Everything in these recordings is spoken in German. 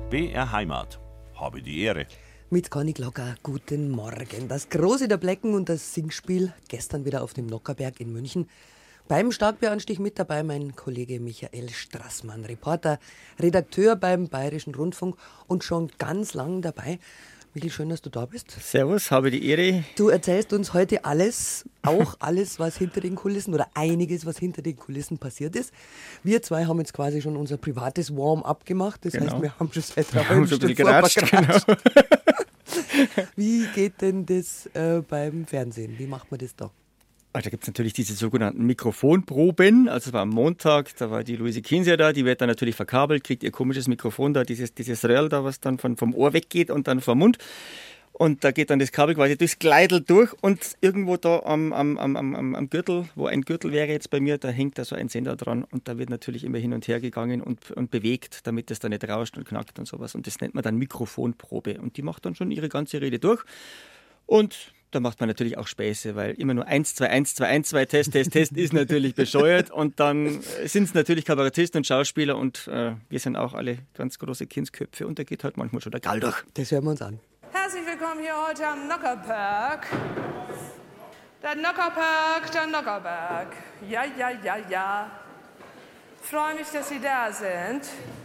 BR Heimat. Habe die Ehre. Mit Conny Glocker, guten Morgen. Das Große der Blecken und das Singspiel gestern wieder auf dem Nockerberg in München. Beim Starkbieranstich mit dabei mein Kollege Michael Strassmann, Reporter, Redakteur beim Bayerischen Rundfunk und schon ganz lang dabei. Michael, schön, dass du da bist. Servus, habe die Ehre. Du erzählst uns heute alles, auch alles, was hinter den Kulissen oder einiges, was hinter den Kulissen passiert ist. Wir zwei haben jetzt quasi schon unser privates Warm-up gemacht. Das heißt, wir haben schon seit einer halben Stunde geratscht. Genau. Wie geht denn das beim Fernsehen? Wie macht man das da? Da gibt es natürlich diese sogenannten Mikrofonproben. Also es war am Montag, da war die Luise Kinsey da, die wird dann natürlich verkabelt, kriegt ihr komisches Mikrofon da, dieses Röhrl da, was dann vom Ohr weggeht und dann vom Mund. Und da geht dann das Kabel quasi durchs Kleidel durch und irgendwo da am Gürtel, wo ein Gürtel wäre jetzt bei mir, da hängt da so ein Sender dran und da wird natürlich immer hin und her gegangen und bewegt, damit das da nicht rauscht und knackt und sowas. Und das nennt man dann Mikrofonprobe. Und die macht dann schon ihre ganze Rede durch. Und da macht man natürlich auch Späße, weil immer nur 1, 2, 1, 2, 1, 2, Test ist natürlich bescheuert. Und dann sind es natürlich Kabarettisten und Schauspieler und wir sind auch alle ganz große Kindsköpfe und da geht halt manchmal schon der Gall durch. Das hören wir uns an. Herzlich willkommen hier heute am Nockerberg. Der Nockerberg, der Nockerberg. Ja. Freue mich, dass Sie da sind.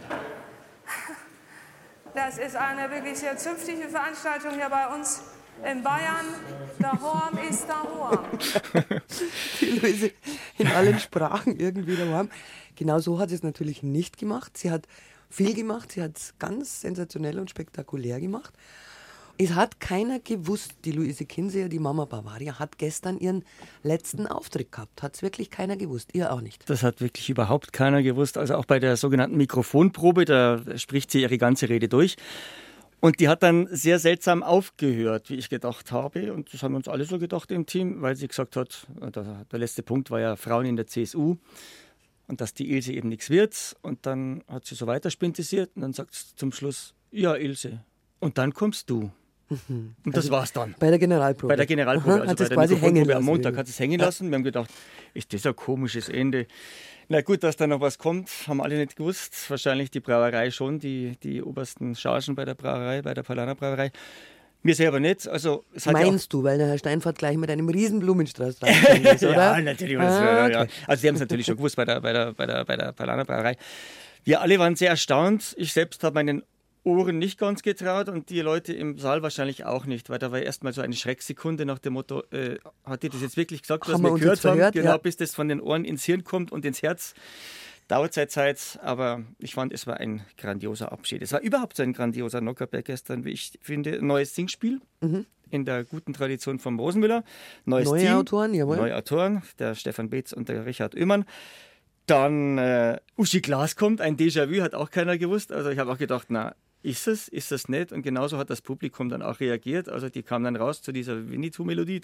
Das ist eine wirklich sehr zünftige Veranstaltung hier bei uns in Bayern. Der Horn ist der Horn. Die Luise in allen Sprachen irgendwie daheim. Genau so hat sie es natürlich nicht gemacht. Sie hat viel gemacht, sie hat es ganz sensationell und spektakulär gemacht. Es hat keiner gewusst, die Luise Kinsey, die Mama Bavaria, hat gestern ihren letzten Auftritt gehabt. Hat es wirklich keiner gewusst, ihr auch nicht. Das hat wirklich überhaupt keiner gewusst. Also auch bei der sogenannten Mikrofonprobe, da spricht sie ihre ganze Rede durch. Und die hat dann sehr seltsam aufgehört, wie ich gedacht habe. Und das haben wir uns alle so gedacht im Team, weil sie gesagt hat, der letzte Punkt war ja Frauen in der CSU und dass die Ilse eben nichts wird. Und dann hat sie so weiter spintisiert und dann sagt sie zum Schluss, ja Ilse, und dann kommst du. Und das war's dann. Bei der Generalprobe. Bei der Generalprobe, also bei der Mikrofonprobe am Montag hat es hängen lassen. Wir haben gedacht, ist das ein komisches Ende? Na gut, dass da noch was kommt, haben alle nicht gewusst. Wahrscheinlich die Brauerei schon, die obersten Chargen bei der Brauerei, bei der Paulaner Brauerei. Wir selber nicht. Also, es hat meinst du, weil der Herr Steinfurt gleich mit einem riesen Blumenstrauß dran ist, oder? Ja, natürlich. Okay. Also sie haben es natürlich schon gewusst bei der Paulaner Brauerei. Wir alle waren sehr erstaunt. Ich selbst habe meinen Ohren nicht ganz getraut und die Leute im Saal wahrscheinlich auch nicht, weil da war erstmal so eine Schrecksekunde nach dem Motto, hat die das jetzt wirklich gesagt, was wir gehört haben? Genau, ja. Bis das von den Ohren ins Hirn kommt und ins Herz. Dauert seit Zeit, aber ich fand, es war ein grandioser Abschied. Es war überhaupt so ein grandioser Nockerberg gestern, wie ich finde. Neues Singspiel in der guten Tradition von Rosenmüller. Neue Team, Autoren, jawohl. Neue Autoren, der Stefan Beetz und der Richard Oehmann. Dann Uschi Glas kommt, ein Déjà-vu, hat auch keiner gewusst. Also ich habe auch gedacht, na, ist es nicht? Und genauso hat das Publikum dann auch reagiert. Also die kamen dann raus zu dieser Winnetou-Melodie.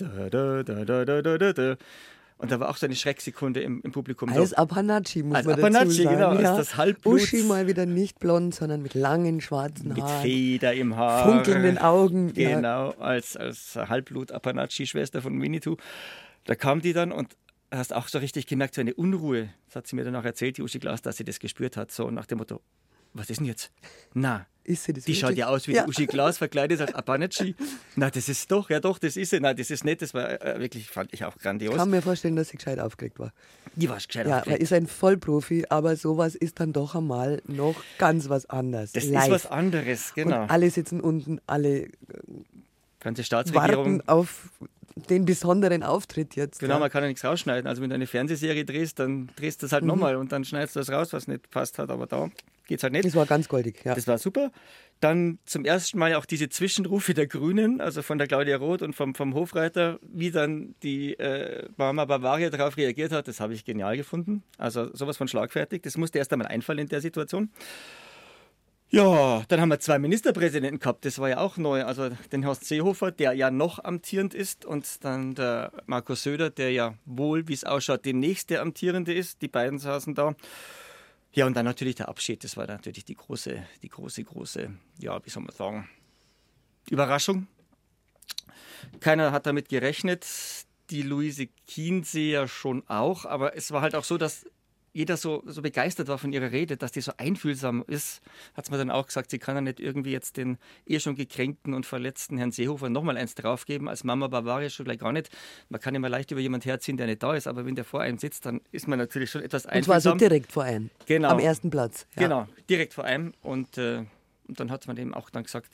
Und da war auch so eine Schrecksekunde im Publikum. Als Apanacci, muss als man Apanacci, dazu sagen. Genau, ja. als das Halbblut. Uschi mal wieder nicht blond, sondern mit langen schwarzen Haaren. Mit Feder im Haar. Funkelnden Augen. Genau, als Halbblut-Apanacci-Schwester von Winnetou. Da kam die dann und hast auch so richtig gemerkt, so eine Unruhe. Das hat sie mir dann auch erzählt, die Uschi Glas, dass sie das gespürt hat. So nach dem Motto, was ist denn jetzt? Na, ist sie das die wirklich? schaut ja aus wie die Uschi Glas, verkleidet als Apanacci. Na, das ist doch, das ist sie. Nein, das ist nicht, das war wirklich, fand ich auch grandios. Ich kann mir vorstellen, dass sie gescheit aufgeregt war. Die war gescheit aufgeregt. Ja, er ist ein Vollprofi, aber sowas ist dann doch einmal noch ganz was anderes. Das live. ist was anderes, genau. Und alle sitzen unten, alle ganze Staatsregierung warten auf den besonderen Auftritt jetzt. Genau, man kann ja nichts rausschneiden. Also wenn du eine Fernsehserie drehst, dann drehst du das halt nochmal und dann schneidest du das raus, was nicht passt hat. Aber da geht's halt nicht. Das war ganz goldig, ja. Das war super. Dann zum ersten Mal auch diese Zwischenrufe der Grünen, also von der Claudia Roth und vom Hofreiter, wie dann die Mama Bavaria darauf reagiert hat, das habe ich genial gefunden. Also sowas von schlagfertig. Das musste erst einmal einfallen in der Situation. Ja, dann haben wir 2 Ministerpräsidenten gehabt, das war ja auch neu. Also den Horst Seehofer, der ja noch amtierend ist, und dann der Markus Söder, der ja wohl, wie es ausschaut, demnächst der Amtierende ist. Die beiden saßen da. Ja, und dann natürlich der Abschied, das war natürlich die große, ja, wie soll man sagen, Überraschung. Keiner hat damit gerechnet, die Luise Kinsey ja schon auch, aber es war halt auch so, dass jeder so begeistert war von ihrer Rede, dass die so einfühlsam ist, hat sie mir dann auch gesagt, sie kann ja nicht irgendwie jetzt den schon gekränkten und verletzten Herrn Seehofer nochmal eins draufgeben. Als Mama Bavaria schon gleich gar nicht. Man kann immer leicht über jemanden herziehen, der nicht da ist, aber wenn der vor einem sitzt, dann ist man natürlich schon etwas einfühlsam. Und zwar so direkt vor einem, genau. Am ersten Platz. Ja. Genau, direkt vor einem. Und dann hat man dem auch dann gesagt,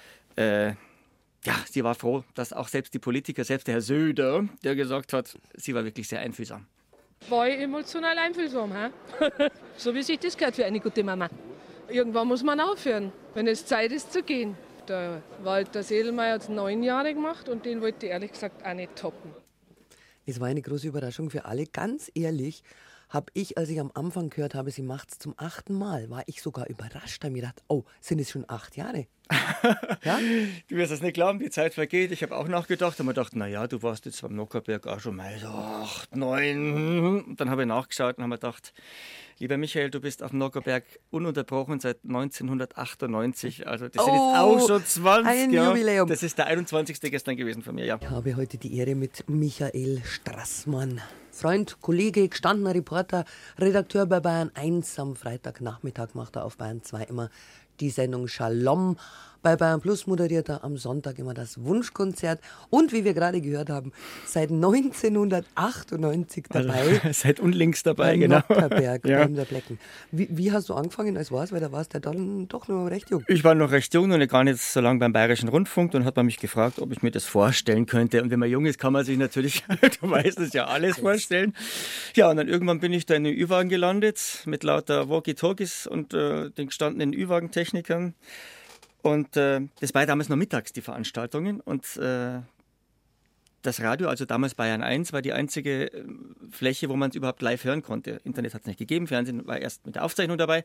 sie war froh, dass auch selbst die Politiker, selbst der Herr Söder, der gesagt hat, sie war wirklich sehr einfühlsam. War ich emotional einfühlsam, so wie sich das gehört für eine gute Mama. Irgendwann muss man aufhören, wenn es Zeit ist zu gehen. Der Walter Sedelmaier hat es 9 Jahre gemacht und den wollte ich ehrlich gesagt auch nicht toppen. Es war eine große Überraschung für alle. Ganz ehrlich habe ich, als ich am Anfang gehört habe, sie macht es zum 8. Mal, war ich sogar überrascht. Da habe ich gedacht, sind es schon 8 Jahre? Ja? Du wirst das nicht glauben, die Zeit vergeht. Ich habe auch nachgedacht und mir gedacht, naja, du warst jetzt am Nockherberg auch schon mal so 8, 9. Und dann habe ich nachgeschaut und habe mir gedacht, lieber Michael, du bist auf dem Nockherberg ununterbrochen seit 1998. Also das sind jetzt auch schon 20 ein Jahre. Jubiläum. Das ist der 21. gestern gewesen von mir, ja. Ich habe heute die Ehre mit Michael Strassmann. Freund, Kollege, gestandener Reporter, Redakteur bei Bayern 1. Am Freitagnachmittag macht er auf Bayern 2 immer die Sendung Shalom. Bei Bayern Plus moderiert er am Sonntag immer das Wunschkonzert. Und wie wir gerade gehört haben, seit 1998 dabei. Also, seit unlängst dabei, beim genau. Nockherberg, Ja. beim der Blecken. Wie hast du angefangen als war's? Weil da warst du ja dann doch noch recht jung. Ich war noch recht jung und gar nicht so lange beim Bayerischen Rundfunk und hat man mich gefragt, ob ich mir das vorstellen könnte. Und wenn man jung ist, kann man sich natürlich, du weißt es ja, alles vorstellen. Ja, und dann irgendwann bin ich da in den Ü-Wagen gelandet mit lauter Walkie-Talkies und den gestandenen Ü-Wagen-Technikern. Und das war damals noch mittags, die Veranstaltungen. Und das Radio, also damals Bayern 1, war die einzige Fläche, wo man es überhaupt live hören konnte. Internet hat es nicht gegeben, Fernsehen war erst mit der Aufzeichnung dabei.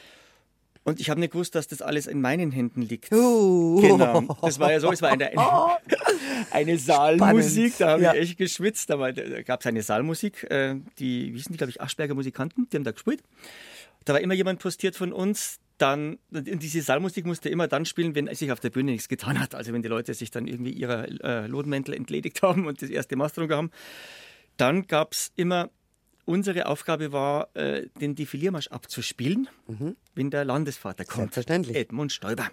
Und ich habe nicht gewusst, dass das alles in meinen Händen liegt. Genau. Das war ja so, es war eine Saalmusik, da habe ich echt geschwitzt. Da gab es eine Saalmusik, wie hießen die, glaube ich, Aschberger Musikanten, die haben da gespielt. Da war immer jemand postiert von uns. Dann, diese Saalmusik musste immer dann spielen, wenn sich auf der Bühne nichts getan hat. Also wenn die Leute sich dann irgendwie ihrer Lodenmäntel entledigt haben und das erste Masterung haben. Dann gab es immer, unsere Aufgabe war, den Defiliermarsch abzuspielen, wenn der Landesvater kommt. Selbstverständlich. Edmund Stoiber.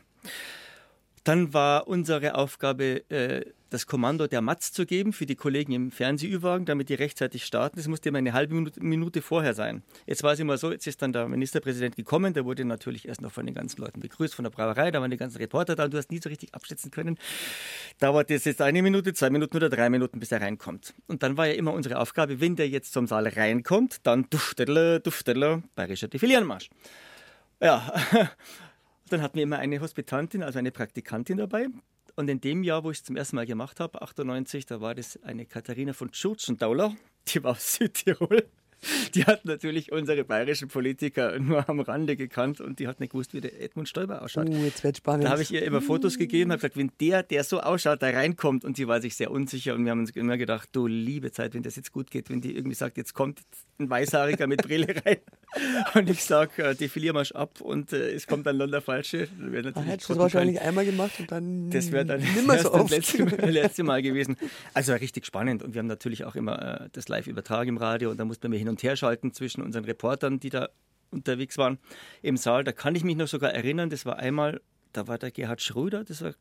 Dann war unsere Aufgabe, das Kommando der Matz zu geben für die Kollegen im Fernseh-Ü-Wagen, damit die rechtzeitig starten. Das musste immer eine halbe Minute vorher sein. Jetzt war es immer so, jetzt ist dann der Ministerpräsident gekommen, der wurde natürlich erst noch von den ganzen Leuten begrüßt, von der Brauerei, da waren die ganzen Reporter da und du hast nie so richtig abschätzen können. Dauert das jetzt 1 Minute, 2 Minuten oder 3 Minuten, bis er reinkommt. Und dann war ja immer unsere Aufgabe, wenn der jetzt zum Saal reinkommt, dann duftedler, bayerischer Defiliermarsch. Ja, dann hatten wir immer eine Hospitantin, also eine Praktikantin dabei. Und in dem Jahr, wo ich es zum ersten Mal gemacht habe, 98, da war das eine Katharina von Tschutschendauler, die war aus Südtirol. Die hat natürlich unsere bayerischen Politiker nur am Rande gekannt und die hat nicht gewusst, wie der Edmund Stoiber ausschaut. Jetzt wird spannend. Da habe ich ihr immer Fotos gegeben und habe gesagt, wenn der so ausschaut, da reinkommt. Und sie war sich sehr unsicher und wir haben uns immer gedacht, du liebe Zeit, wenn das jetzt gut geht, wenn die irgendwie sagt, jetzt kommt ein Weißhaariger mit Brille rein und ich sage, Defiliermarsch ab und es kommt dann der Falsche. Da hättest du es wahrscheinlich einmal gemacht und dann das wäre dann nimmer so oft. Das letzte Mal gewesen. Also richtig spannend und wir haben natürlich auch immer das live übertragen im Radio und da mussten wir hin und her schalten zwischen unseren Reportern, die da unterwegs waren im Saal. Da kann ich mich noch sogar erinnern, das war einmal, da war der Gerhard Schröder, das war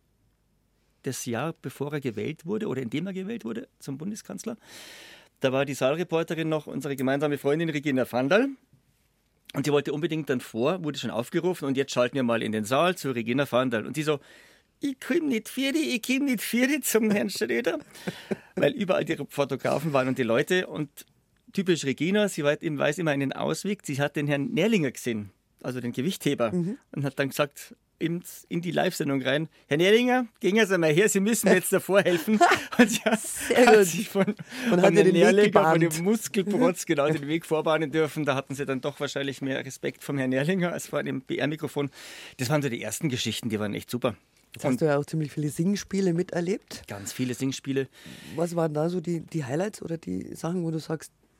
das Jahr, bevor er gewählt wurde oder indem er gewählt wurde zum Bundeskanzler. Da war die Saalreporterin noch unsere gemeinsame Freundin Regina Vandal. Und die wollte unbedingt dann wurde schon aufgerufen und jetzt schalten wir mal in den Saal zu Regina Vandal. Und die so, ich komme nicht vierte zum Herrn Schröder. Weil überall die Fotografen waren und die Leute. Und typisch Regina, sie weiß immer einen Ausweg. Sie hat den Herrn Nährlinger gesehen, also den Gewichtheber. Und hat dann gesagt, in die Live-Sendung rein, Herr Nährlinger, gehen Sie mal her, Sie müssen mir jetzt davor helfen. Und sie hat sich von den Nährlinger, von dem Muskelprotz genau den Weg vorbahnen dürfen. Da hatten sie dann doch wahrscheinlich mehr Respekt vom Herrn Nährlinger als vor einem BR-Mikrofon. Das waren so die ersten Geschichten, die waren echt super. Jetzt hast du ja auch ziemlich viele Singspiele miterlebt. Ganz viele Singspiele. Was waren da so die Highlights oder die Sachen, wo du sagst,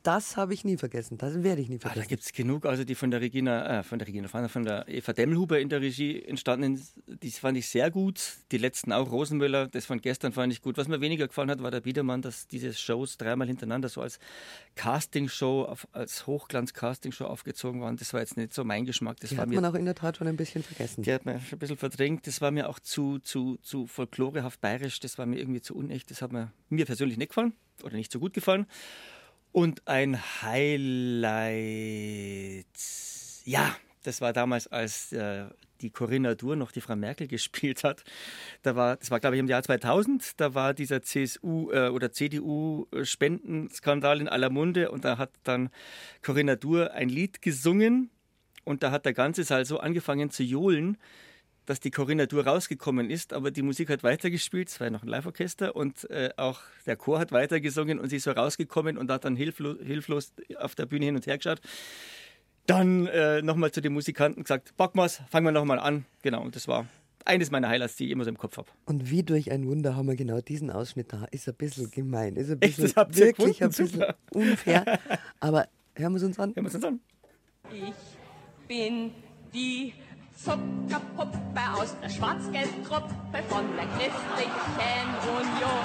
das habe ich nie vergessen. Das werde ich nie Da vergessen. gibt es genug, also die von der Eva Demmelhuber in der Regie entstanden, die fand ich sehr gut. Die letzten auch, Rosenmüller, das von gestern fand ich gut. Was mir weniger gefallen hat, war der Biedermann, dass diese Shows dreimal hintereinander so als Castingshow, als Hochglanz-Castingshow aufgezogen waren. Das war jetzt nicht so mein Geschmack. Das Die war hat man auch in der Tat schon ein bisschen vergessen. Die hat mir schon ein bisschen verdrängt. Das war mir auch zu folklorehaft bayerisch. Das war mir irgendwie zu unecht. Das hat mir persönlich nicht gefallen oder nicht so gut gefallen. Und ein Highlight, ja, das war damals, als die Corinna Dur noch die Frau Merkel gespielt hat. Das war, glaube ich, im Jahr 2000. Da war dieser CSU- oder CDU-Spendenskandal in aller Munde. Und da hat dann Corinna Dur ein Lied gesungen. Und da hat der ganze Saal so angefangen zu johlen, dass die Corinna Dur rausgekommen ist, aber die Musik hat weitergespielt, es war ja noch ein Live-Orchester und auch der Chor hat weitergesungen und sie ist so rausgekommen und hat dann hilflos auf der Bühne hin und her geschaut. Dann nochmal zu den Musikanten gesagt, packen wir's, fangen wir nochmal an. Genau, und das war eines meiner Highlights, die ich immer so im Kopf habe. Und wie durch ein Wunder haben wir genau diesen Ausschnitt da. Ist ein bisschen gemein, ist ein bisschen Echt, das habt ihr wirklich ein gefunden? bisschen unfair. Aber hören wir es uns an. Hören wir es uns an. Ich bin die Zuckerpuppe aus der Schwarz-Gelb-Truppe von der Christlichen Union.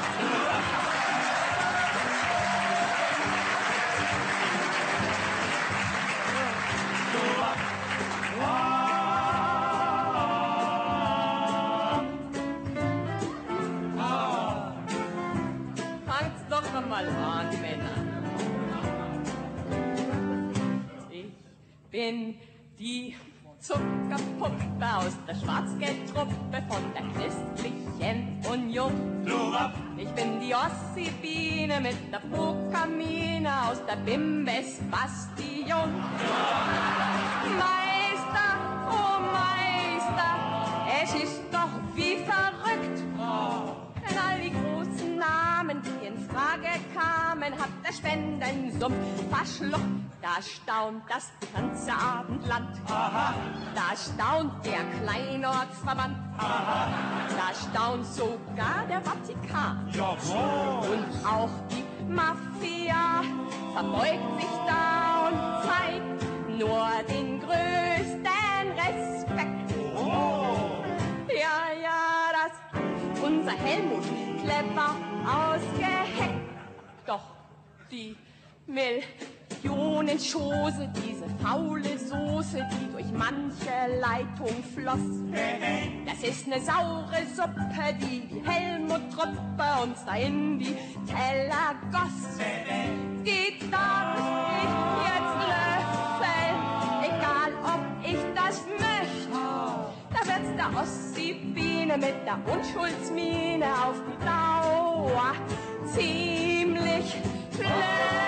Fangt's doch einmal an, Männer. Ich bin die Zuckerpuppe aus der Schwarz-Gelb-Truppe von der Christlichen Union. Ich bin die Ossi-Biene mit der Pokamine aus der Bimbes-Bastion. Meister, oh Meister, es ist doch wie verrückt. Denn all die großen Namen, die in Frage kamen, hat der Spendensumpf verschluckt. Da staunt das ganze Abendland. Aha. Da staunt der Kleinortsverband. Aha. Da staunt sogar der Vatikan. Jawohl. Und auch die Mafia verbeugt sich da und zeigt nur den größten Respekt. Oh. Ja, das unser Helmut clever ausgeheckt. Doch die Millionenschose, diese faule Soße, die durch manche Leitung floss. Das ist eine saure Suppe, die Helmut-Truppe uns da in die Teller goss. Die darf ich jetzt löffeln, egal ob ich das möchte. Da wird's der Ossi-Biene mit der Unschuldsmine auf die Dauer ziemlich blöd.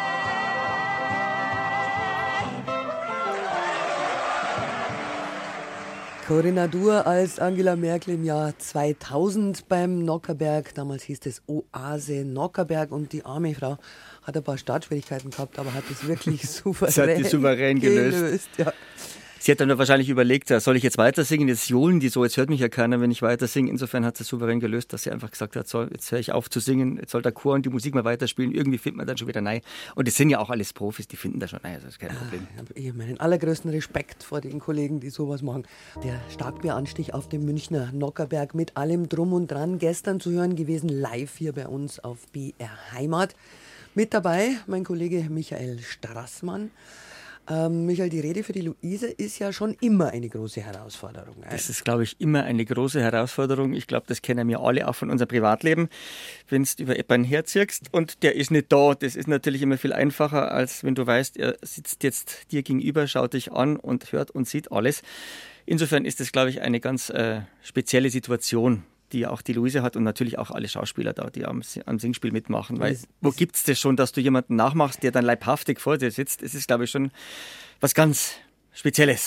Corinna Dur als Angela Merkel im Jahr 2000 beim Nockherberg. Damals hieß es Oase Nockherberg und die arme Frau hat ein paar Startschwierigkeiten gehabt, aber hat es wirklich souverän gelöst. Ja. Sie hat dann wahrscheinlich überlegt, soll ich jetzt weiter singen? Jetzt johlen die so, jetzt hört mich ja keiner, wenn ich weiter singe. Insofern hat sie souverän gelöst, dass sie einfach gesagt hat, so, jetzt höre ich auf zu singen, jetzt soll der Chor und die Musik mal weiterspielen. Irgendwie findet man dann schon wieder nein. Und es sind ja auch alles Profis, die finden da schon nein, das ist kein Problem. Ich habe meinen allergrößten Respekt vor den Kollegen, die sowas machen. Der Starkbieranstich auf dem Münchner Nockherberg mit allem Drum und Dran. Gestern zu hören gewesen, live hier bei uns auf BR Heimat. Mit dabei mein Kollege Michael Strassmann. Michael, die Rede für die Luise ist ja schon immer eine große Herausforderung. Das ist, glaube ich, immer eine große Herausforderung. Ich glaube, das kennen wir alle auch von unserem Privatleben. Wenn du über jemanden herziehst und der ist nicht da, das ist natürlich immer viel einfacher, als wenn du weißt, er sitzt jetzt dir gegenüber, schaut dich an und hört und sieht alles. Insofern ist das, glaube ich, eine ganz spezielle Situation, die auch die Luise hat und natürlich auch alle Schauspieler da, die am Singspiel mitmachen. Weil wo gibt es das schon, dass du jemanden nachmachst, der dann leibhaftig vor dir sitzt? Das ist, glaube ich, schon was ganz Spezielles.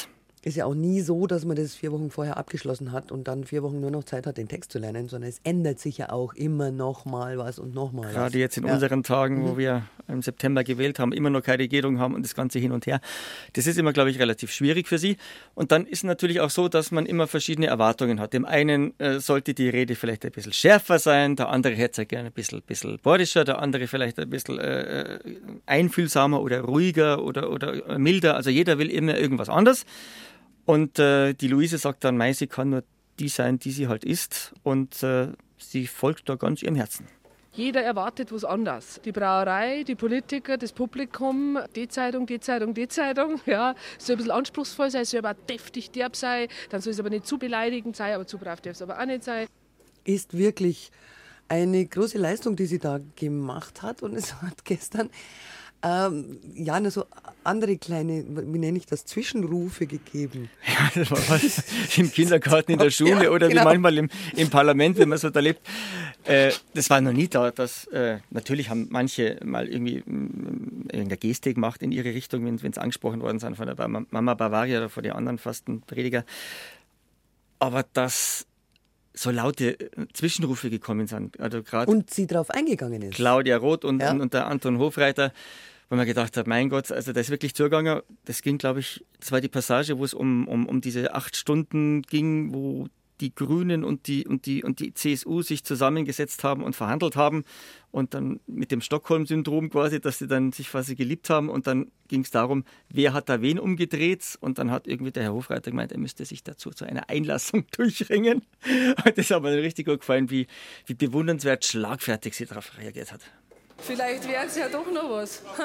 Ist ja auch nie so, dass man das 4 Wochen vorher abgeschlossen hat und dann 4 Wochen nur noch Zeit hat, den Text zu lernen, sondern es ändert sich ja auch immer noch mal was und noch mal was. Gerade jetzt in unseren Tagen, wo wir im September gewählt haben, immer noch keine Regierung haben und das Ganze hin und her. Das ist immer, glaube ich, relativ schwierig für sie. Und dann ist natürlich auch so, dass man immer verschiedene Erwartungen hat. Dem einen sollte die Rede vielleicht ein bisschen schärfer sein, der andere hätte es ja gerne ein bisschen bordischer, der andere vielleicht ein bisschen einfühlsamer oder ruhiger oder milder. Also jeder will immer irgendwas anderes. Und die Luise sagt dann, sie kann nur die sein, die sie halt ist. Und sie folgt da ganz ihrem Herzen. Jeder erwartet was anderes. Die Brauerei, die Politiker, das Publikum, die Zeitung. Ja, es soll ein bisschen anspruchsvoll sein, es soll aber deftig derb sein. Dann soll es aber nicht zu beleidigend sein, aber zu brav darf es aber auch nicht sein. Ist wirklich eine große Leistung, die sie da gemacht hat. Und es hat gestern nur so andere kleine, wie nenne ich das, Zwischenrufe gegeben. Ja, das war was im Kindergarten, in der Schule oder genau. Wie manchmal im Parlament, wenn man so da lebt. Das war noch nie da. Natürlich haben manche mal irgendwie irgendeine Geste gemacht in ihre Richtung, wenn es angesprochen worden sind von der Mama Bavaria oder von den anderen Fastenprediger. Aber dass so laute Zwischenrufe gekommen sind. Also und sie darauf eingegangen ist. Claudia Roth und der Anton Hofreiter, wo man gedacht hat, mein Gott, also das ist wirklich zugegangen. Das ging, glaube ich, das war die Passage, wo es um diese 8 Stunden ging, wo die Grünen und die CSU sich zusammengesetzt haben und verhandelt haben und dann mit dem Stockholm-Syndrom quasi, dass sie dann sich quasi geliebt haben und dann ging es darum, wer hat da wen umgedreht und dann hat irgendwie der Herr Hofreiter gemeint, er müsste sich dazu zu einer Einlassung durchringen. Und das hat mir richtig gut gefallen, wie bewundernswert schlagfertig sie darauf reagiert hat. Vielleicht wäre es ja doch noch was. Ha?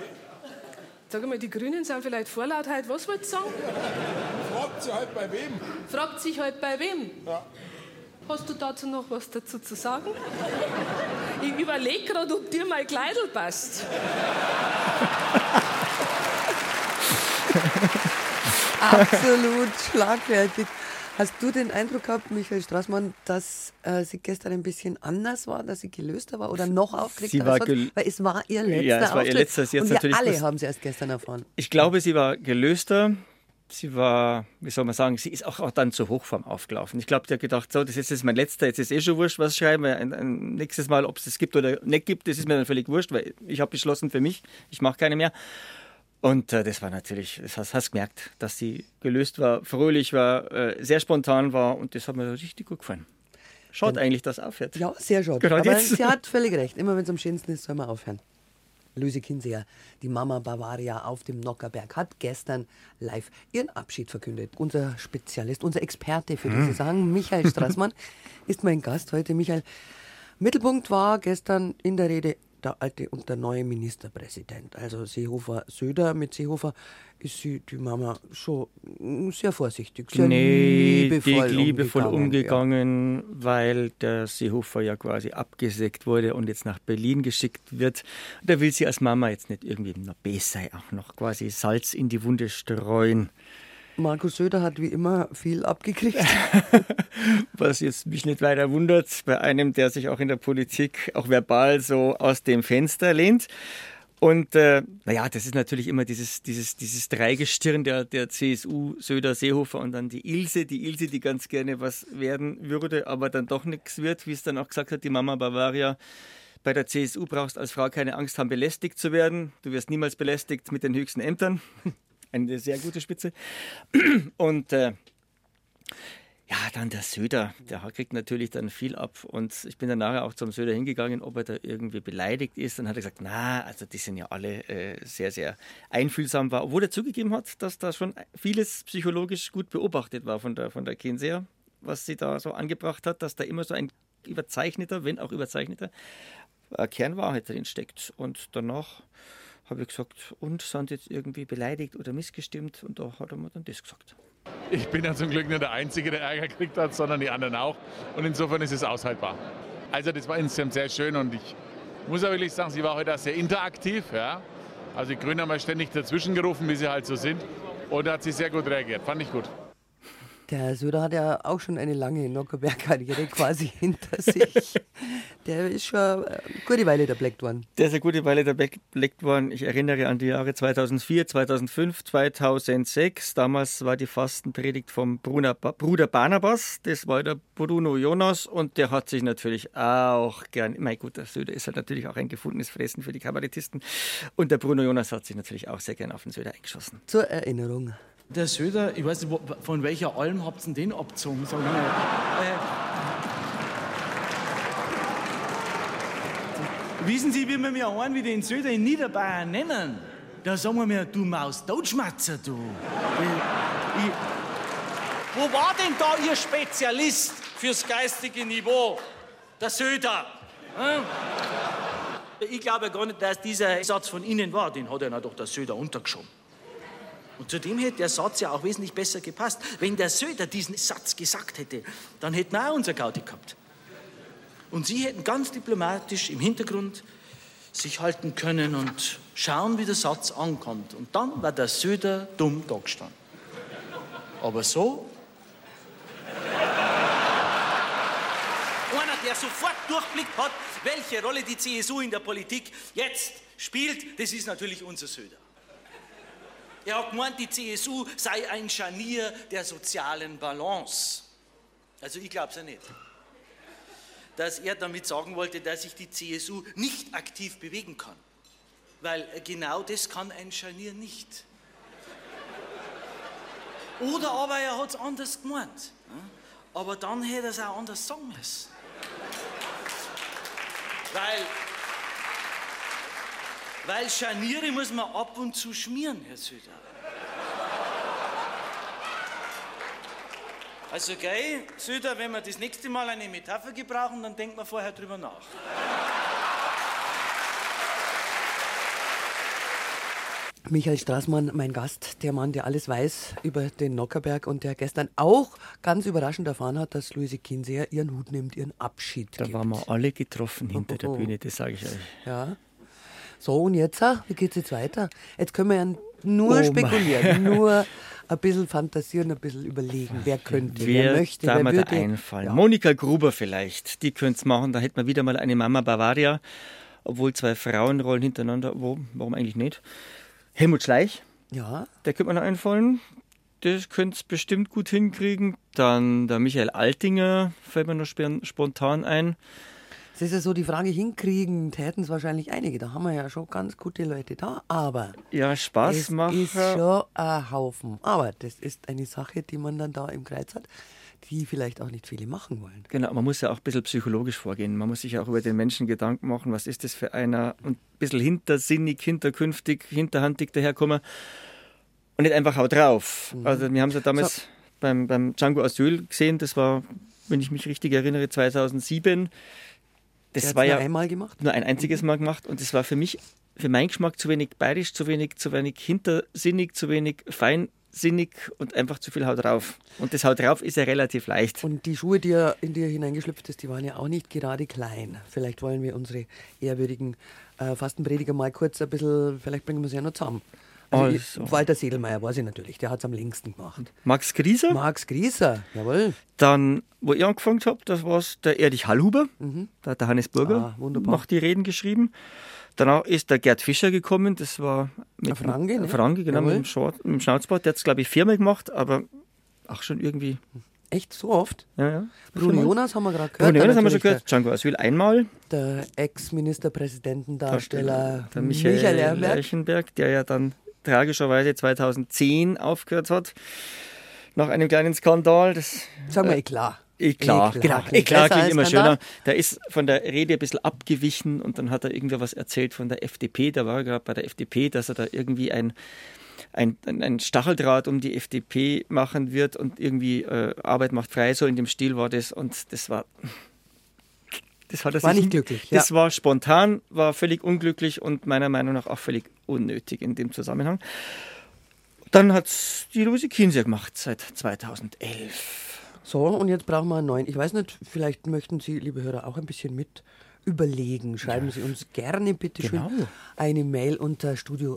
Sag mal, die Grünen sind vielleicht vorlaut heute. Was wolltest du sagen? Fragt sie halt bei wem? Fragt sich halt bei wem? Ja. Hast du dazu noch was dazu zu sagen? Ich überlege gerade, ob dir mein Kleidel passt. Absolut schlagfertig. Hast du den Eindruck gehabt, Michael Straßmann, dass sie gestern ein bisschen anders war, dass sie gelöster war oder noch aufgeregter als sonst? Weil es war ihr letzter Auftritt. Ihr letzter. Sie und wir alle haben sie erst gestern erfahren. Ich glaube, sie war gelöster. Sie war, wie soll man sagen, sie ist auch dann zur Hochform aufgelaufen. Ich glaube, die hat gedacht, so, das ist jetzt mein letzter, jetzt ist schon wurscht, was schreiben. Ein nächstes Mal, ob es das gibt oder nicht gibt, das ist mir dann völlig wurscht, weil ich habe beschlossen für mich, ich mache keine mehr. Und das war natürlich, das hast du gemerkt, dass sie gelöst war, fröhlich war, sehr spontan war und das hat mir richtig gut gefallen. Schaut eigentlich, dass es aufhört. Ja, sehr schade. Genau, aber jetzt. Sie hat völlig recht. Immer wenn es am schönsten ist, soll man aufhören. Luise Kinseher, die Mama Bavaria auf dem Nockherberg, hat gestern live ihren Abschied verkündet. Unser Spezialist, unser Experte für diese Sachen, Michael Straßmann, ist mein Gast heute. Michael, Mittelpunkt war gestern in der Rede der alte und der neue Ministerpräsident. Also Seehofer-Söder. Mit Seehofer ist die Mama schon sehr vorsichtig, sehr liebevoll umgegangen, weil der Seehofer ja quasi abgesägt wurde und jetzt nach Berlin geschickt wird. Da will sie als Mama jetzt nicht irgendwie noch besser auch noch quasi Salz in die Wunde streuen. Markus Söder hat wie immer viel abgekriegt. Was jetzt mich nicht weiter wundert, bei einem, der sich auch in der Politik auch verbal so aus dem Fenster lehnt. Und das ist natürlich immer dieses Dreigestirn der CSU, Söder, Seehofer und dann die Ilse, die ganz gerne was werden würde, aber dann doch nichts wird, wie es dann auch gesagt hat, die Mama Bavaria. Bei der CSU brauchst du als Frau keine Angst haben, belästigt zu werden. Du wirst niemals belästigt mit den höchsten Ämtern. Eine sehr gute Spitze. Und dann der Söder, der kriegt natürlich dann viel ab. Und ich bin dann nachher auch zum Söder hingegangen, ob er da irgendwie beleidigt ist. Dann hat er gesagt, also die sind ja alle sehr, sehr einfühlsam war. Obwohl er zugegeben hat, dass da schon vieles psychologisch gut beobachtet war von der Kinseher, was sie da so angebracht hat, dass da immer so ein überzeichneter, wenn auch überzeichneter, Kernwahrheit drin steckt. Und danach habe ich gesagt, und sind jetzt irgendwie beleidigt oder missgestimmt? Und da hat er mir dann das gesagt. Ich bin ja zum Glück nicht der Einzige, der Ärger gekriegt hat, sondern die anderen auch. Und insofern ist es aushaltbar. Also das war insgesamt sehr schön und ich muss auch wirklich sagen, sie war heute auch sehr interaktiv. Ja? Also die Grünen haben ja ständig dazwischen gerufen, wie sie halt so sind. Und da hat sie sehr gut reagiert, fand ich gut. Der Söder hat ja auch schon eine lange Nockherberg-Karriere quasi hinter sich. Der ist schon eine gute Weile da bleckt worden. Der ist eine gute Weile da bleckt worden. Ich erinnere an die Jahre 2004, 2005, 2006. Damals war die Fastenpredigt vom Bruder Barnabas. Das war der Bruno Jonas und der hat sich natürlich auch gern, mein gut, der Söder ist halt natürlich auch ein gefundenes Fressen für die Kabarettisten. Und der Bruno Jonas hat sich natürlich auch sehr gern auf den Söder eingeschossen. Zur Erinnerung. Der Söder, ich weiß nicht, von welcher Alm habt ihr den abgezogen? Sag mal. Wissen Sie, wie wir mir einen wie den Söder in Niederbayern nennen? Da sagen wir mir, du Maus, Totschmatzer, du. Wo war denn da Ihr Spezialist fürs geistige Niveau? Der Söder. Hm? Ich glaube gar nicht, dass dieser Satz von Ihnen war. Den hat ja doch der Söder untergeschoben. Und zudem hätte der Satz ja auch wesentlich besser gepasst. Wenn der Söder diesen Satz gesagt hätte, dann hätten wir auch unser Gaudi gehabt. Und Sie hätten ganz diplomatisch im Hintergrund sich halten können und schauen, wie der Satz ankommt. Und dann war der Söder dumm da gestanden. Aber so? Einer, der sofort durchblickt hat, welche Rolle die CSU in der Politik jetzt spielt, das ist natürlich unser Söder. Er hat gemeint, die CSU sei ein Scharnier der sozialen Balance. Also ich glaube es ja nicht. Dass er damit sagen wollte, dass sich die CSU nicht aktiv bewegen kann. Weil genau das kann ein Scharnier nicht. Oder aber er hat es anders gemeint. Aber dann hätte er es auch anders sagen müssen. Weil Scharniere muss man ab und zu schmieren, Herr Söder. Also, gell, Söder, wenn wir das nächste Mal eine Metapher gebrauchen, dann denkt man vorher drüber nach. Michael Straßmann, mein Gast, der Mann, der alles weiß über den Nockherberg und der gestern auch ganz überraschend erfahren hat, dass Luise Kinseher ihren Hut nimmt, ihren Abschied Da gibt. waren wir alle getroffen hinter der Bühne, das sage ich euch. Ja. So, und jetzt, wie geht's jetzt weiter? Jetzt können wir ja nur spekulieren, nur ein bisschen fantasieren, ein bisschen überlegen, wer könnte, wer möchte, da wer mir würde. da einfallen? Ja. Monika Gruber vielleicht, die könnte es machen. Da hätten wir wieder mal eine Mama Bavaria, obwohl 2 Frauenrollen hintereinander. Warum eigentlich nicht? Helmut Schleich, Ja, der könnte mir noch einfallen. Das könnte es bestimmt gut hinkriegen. Dann der Michael Altinger fällt mir noch spontan ein. es ist ja so, die Frage hinkriegen, täten es wahrscheinlich einige. Da haben wir ja schon ganz gute Leute da, aber Ja, es Spaßmacher. ist schon ein Haufen. Aber das ist eine Sache, die man dann da im Kreuz hat, die vielleicht auch nicht viele machen wollen. Genau, man muss ja auch ein bisschen psychologisch vorgehen. Man muss sich auch über den Menschen Gedanken machen, was ist das für einer und ein bisschen hintersinnig, hinterkünftig, hinterhandig daherkommen und nicht einfach haut drauf. Also wir haben es ja damals beim Django Asyl gesehen, das war, wenn ich mich richtig erinnere, 2007. Das Der war hat's ja nur einmal gemacht? nur ein einziges Mal gemacht und das war für mich, für meinen Geschmack zu wenig bayerisch, zu wenig hintersinnig, zu wenig feinsinnig und einfach zu viel Haut drauf. Und das Haut drauf ist ja relativ leicht. Und die Schuhe, in die er hineingeschlüpft ist, die waren ja auch nicht gerade klein. Vielleicht wollen wir unsere ehrwürdigen Fastenprediger mal kurz ein bisschen, vielleicht bringen wir sie ja noch zusammen. Also Walter Sedelmeier weiß ich natürlich, der hat es am längsten gemacht. Max Grieser? Max Grieser, jawohl. Dann, wo ich angefangen habe, das war der Erich Hallhuber, da hat der Hannes Burger wunderbar. noch die Reden geschrieben. Danach ist der Gerd Fischer gekommen, das war mit Franke, ne? Franke, genau, mit dem Schnauzbart. Der hat es, glaube ich, 4-mal gemacht, aber auch schon irgendwie. Echt, so oft? Ja. Bruno Jonas haben wir gerade gehört. Bruno Jonas haben wir schon natürlich gehört, Django Asyl einmal. Der Ex-Ministerpräsidentendarsteller Der Michael Lerberg. Leichenberg, der ja dann tragischerweise 2010 aufgehört hat, nach einem kleinen Skandal. Das, Sagen wir klar. Eklat, genau. Eklat klingt immer Skandal. schöner. Der ist von der Rede ein bisschen abgewichen und dann hat er irgendwie was erzählt von der FDP. Da war er gerade bei der FDP, dass er da irgendwie ein Stacheldraht um die FDP machen wird und irgendwie Arbeit macht frei, so in dem Stil war das. Und das war... Das hat er War sich nicht glücklich. Das ja. war spontan, war völlig unglücklich und meiner Meinung nach auch völlig unnötig in dem Zusammenhang. Dann hat es die Luise Kinseher gemacht seit 2011. So, und jetzt brauchen wir einen neuen. Ich weiß nicht, vielleicht möchten Sie, liebe Hörer, auch ein bisschen mit überlegen. Schreiben Sie uns gerne bitte schön eine Mail unter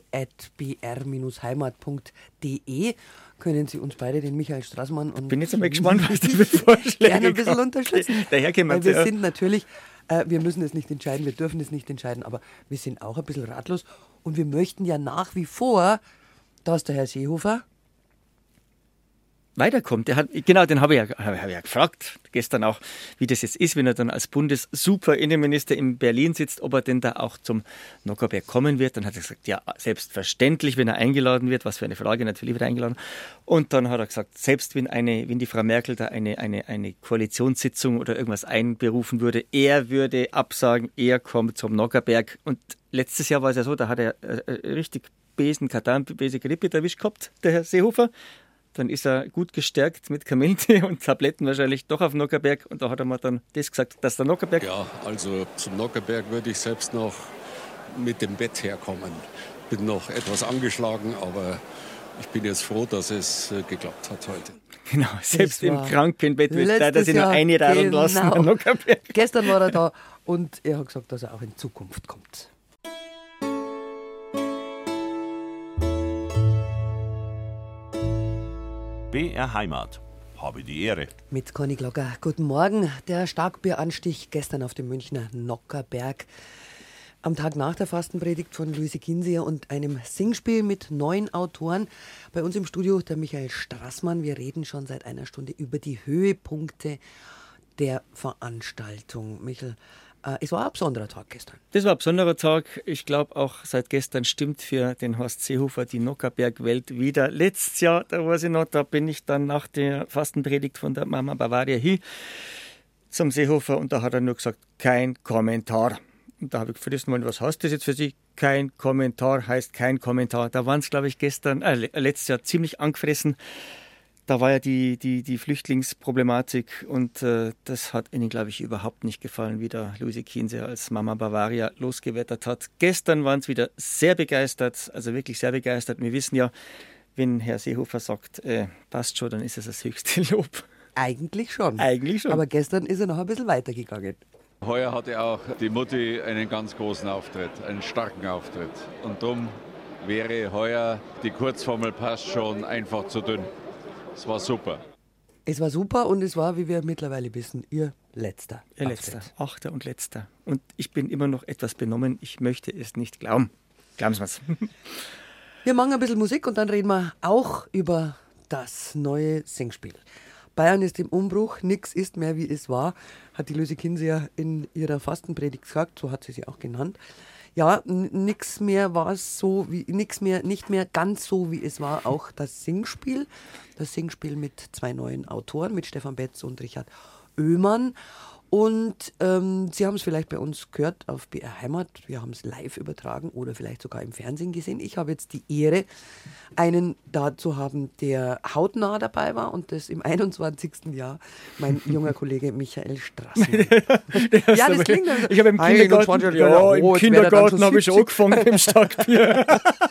studio@br-heimat.de. Können Sie uns beide, den Michael Straßmann und Bin jetzt einmal gespannt, was du mir vorschlägst. gerne ein bisschen unterstützen. Daher können Weil wir sind natürlich Wir müssen es nicht entscheiden, wir dürfen es nicht entscheiden, aber wir sind auch ein bisschen ratlos. Und wir möchten ja nach wie vor, dass der Herr Seehofer weiterkommt. Den habe ich ja gefragt, gestern auch, wie das jetzt ist, wenn er dann als Bundessuper-Innenminister in Berlin sitzt, ob er denn da auch zum Nockherberg kommen wird. Dann hat er gesagt, ja, selbstverständlich, wenn er eingeladen wird. Was für eine Frage, natürlich wird er eingeladen. Und dann hat er gesagt, selbst wenn die Frau Merkel da eine Koalitionssitzung oder irgendwas einberufen würde, er würde absagen, er kommt zum Nockherberg. Und letztes Jahr war es ja so, da hat er richtig besen Grippe erwischt gehabt, der Herr Seehofer. Dann ist er gut gestärkt mit Kamillentee und Tabletten wahrscheinlich doch auf den Nockherberg. Und da hat er mir dann das gesagt, dass der Nockherberg... Ja, also zum Nockherberg würde ich selbst noch mit dem Bett herkommen. Bin noch etwas angeschlagen, aber ich bin jetzt froh, dass es geklappt hat heute. Genau, selbst im Krankenbett wird er sich noch einladen lassen, der Nockherberg. Gestern war er da und er hat gesagt, dass er auch in Zukunft kommt. BR Heimat. Habe die Ehre. Mit Conny Glocker. Guten Morgen. Der Starkbieranstich gestern auf dem Münchner Nockherberg. Am Tag nach der Fastenpredigt von Luise Kinseher und einem Singspiel mit 9 Autoren. Bei uns im Studio der Michael Straßmann. Wir reden schon seit einer Stunde über die Höhepunkte der Veranstaltung. Michael, es war ein besonderer Tag gestern. Das war ein besonderer Tag. Ich glaube auch seit gestern stimmt für den Horst Seehofer die Nockherberg-Welt wieder. Letztes Jahr, da weiß ich noch, da bin ich dann nach der Fastenpredigt von der Mama Bavaria hin zum Seehofer und da hat er nur gesagt, kein Kommentar. Und da habe ich gefragt, was heißt das jetzt für Sie? Kein Kommentar heißt kein Kommentar. Da waren es, glaube ich, letztes Jahr ziemlich angefressen. Da war ja die Flüchtlingsproblematik und das hat ihnen, glaube ich, überhaupt nicht gefallen, wie da Luise Kinseher als Mama Bavaria losgewettert hat. Gestern waren sie wieder sehr begeistert, also wirklich sehr begeistert. Wir wissen ja, wenn Herr Seehofer sagt, passt schon, dann ist es das höchste Lob. Eigentlich schon. Eigentlich schon. Aber gestern ist er noch ein bisschen weitergegangen. Heuer hatte auch die Mutti einen ganz großen Auftritt, einen starken Auftritt. Und darum wäre heuer die Kurzformel passt schon einfach zu dünn. Es war super. Es war super und es war, wie wir mittlerweile wissen, Ihr letzter. Ihr letzter, 8. und letzter. Und ich bin immer noch etwas benommen. Ich möchte es nicht glauben. Glauben Sie mir's. Wir machen ein bisschen Musik und dann reden wir auch über das neue Singspiel. Bayern ist im Umbruch, nichts ist mehr wie es war, hat die Luise Kinseher in ihrer Fastenpredigt gesagt, so hat sie auch genannt. Ja, nichts mehr war es so, nicht mehr ganz so, wie es war, auch das Singspiel. Das Singspiel mit 2 neuen Autoren, mit Stefan Betz und Richard Oehmann. Und Sie haben es vielleicht bei uns gehört auf BR Heimat. Wir haben es live übertragen oder vielleicht sogar im Fernsehen gesehen. Ich habe jetzt die Ehre, einen da zu haben, der hautnah dabei war und das im 21. Jahr, mein junger Kollege Michael Straßmann. Ja, das klingt also, ich habe im Kindergarten habe ich angefangen mit dem Starkbier.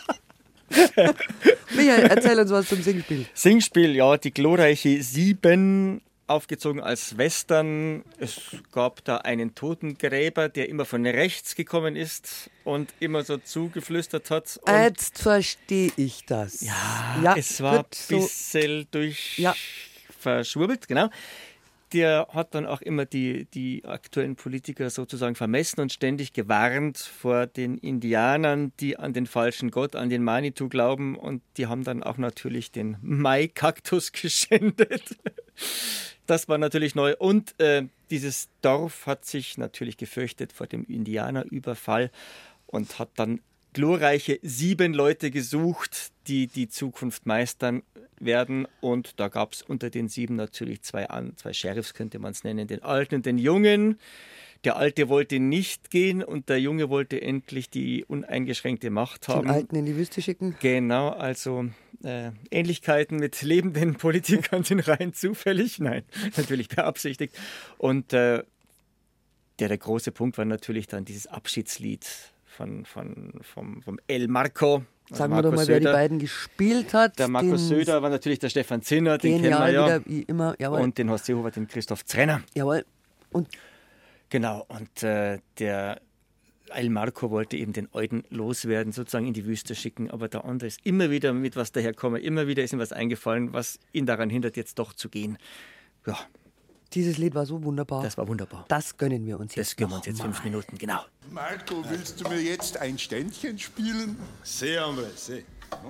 Michael, erzähl uns was zum Singspiel. Singspiel, ja, die glorreiche 7, aufgezogen als Western. Es gab da einen Totengräber, der immer von rechts gekommen ist und immer so zugeflüstert hat. Und jetzt verstehe ich das. Ja, es war ein bisschen verschwurbelt, genau. Der hat dann auch immer die aktuellen Politiker sozusagen vermessen und ständig gewarnt vor den Indianern, die an den falschen Gott, an den Manitou glauben. Und die haben dann auch natürlich den Mai-Kaktus geschändet. Das war natürlich neu. Und dieses Dorf hat sich natürlich gefürchtet vor dem Indianerüberfall und hat dann glorreiche 7 Leute gesucht, die die Zukunft meistern werden. Und da gab es unter den 7 natürlich 2 Sheriffs, könnte man es nennen, den Alten und den Jungen. Der Alte wollte nicht gehen und der Junge wollte endlich die uneingeschränkte Macht haben. Den Alten in die Wüste schicken? Genau, also Ähnlichkeiten mit lebenden Politikern sind rein zufällig. Nein, natürlich beabsichtigt. Und der große Punkt war natürlich dann dieses Abschiedslied vom El Marco. Sagen wir doch mal, wer die beiden gespielt hat. Der Markus Söder war natürlich der Stefan Zinner, den kennen wir ja. Wie immer. Jawohl. Und den Horst Seehofer, den Christoph Zrenner. Jawohl. Und genau, und der El Marco wollte eben den Alten loswerden, sozusagen in die Wüste schicken, aber der andere ist immer wieder mit was daherkommen, immer wieder ist ihm was eingefallen, was ihn daran hindert, jetzt doch zu gehen. Ja. Dieses Lied war so wunderbar. Das war wunderbar. Das gönnen wir uns jetzt. Das gönnen wir uns jetzt 5 Minuten, genau. Marco, willst du mir jetzt ein Ständchen spielen? C'est, André, c'est.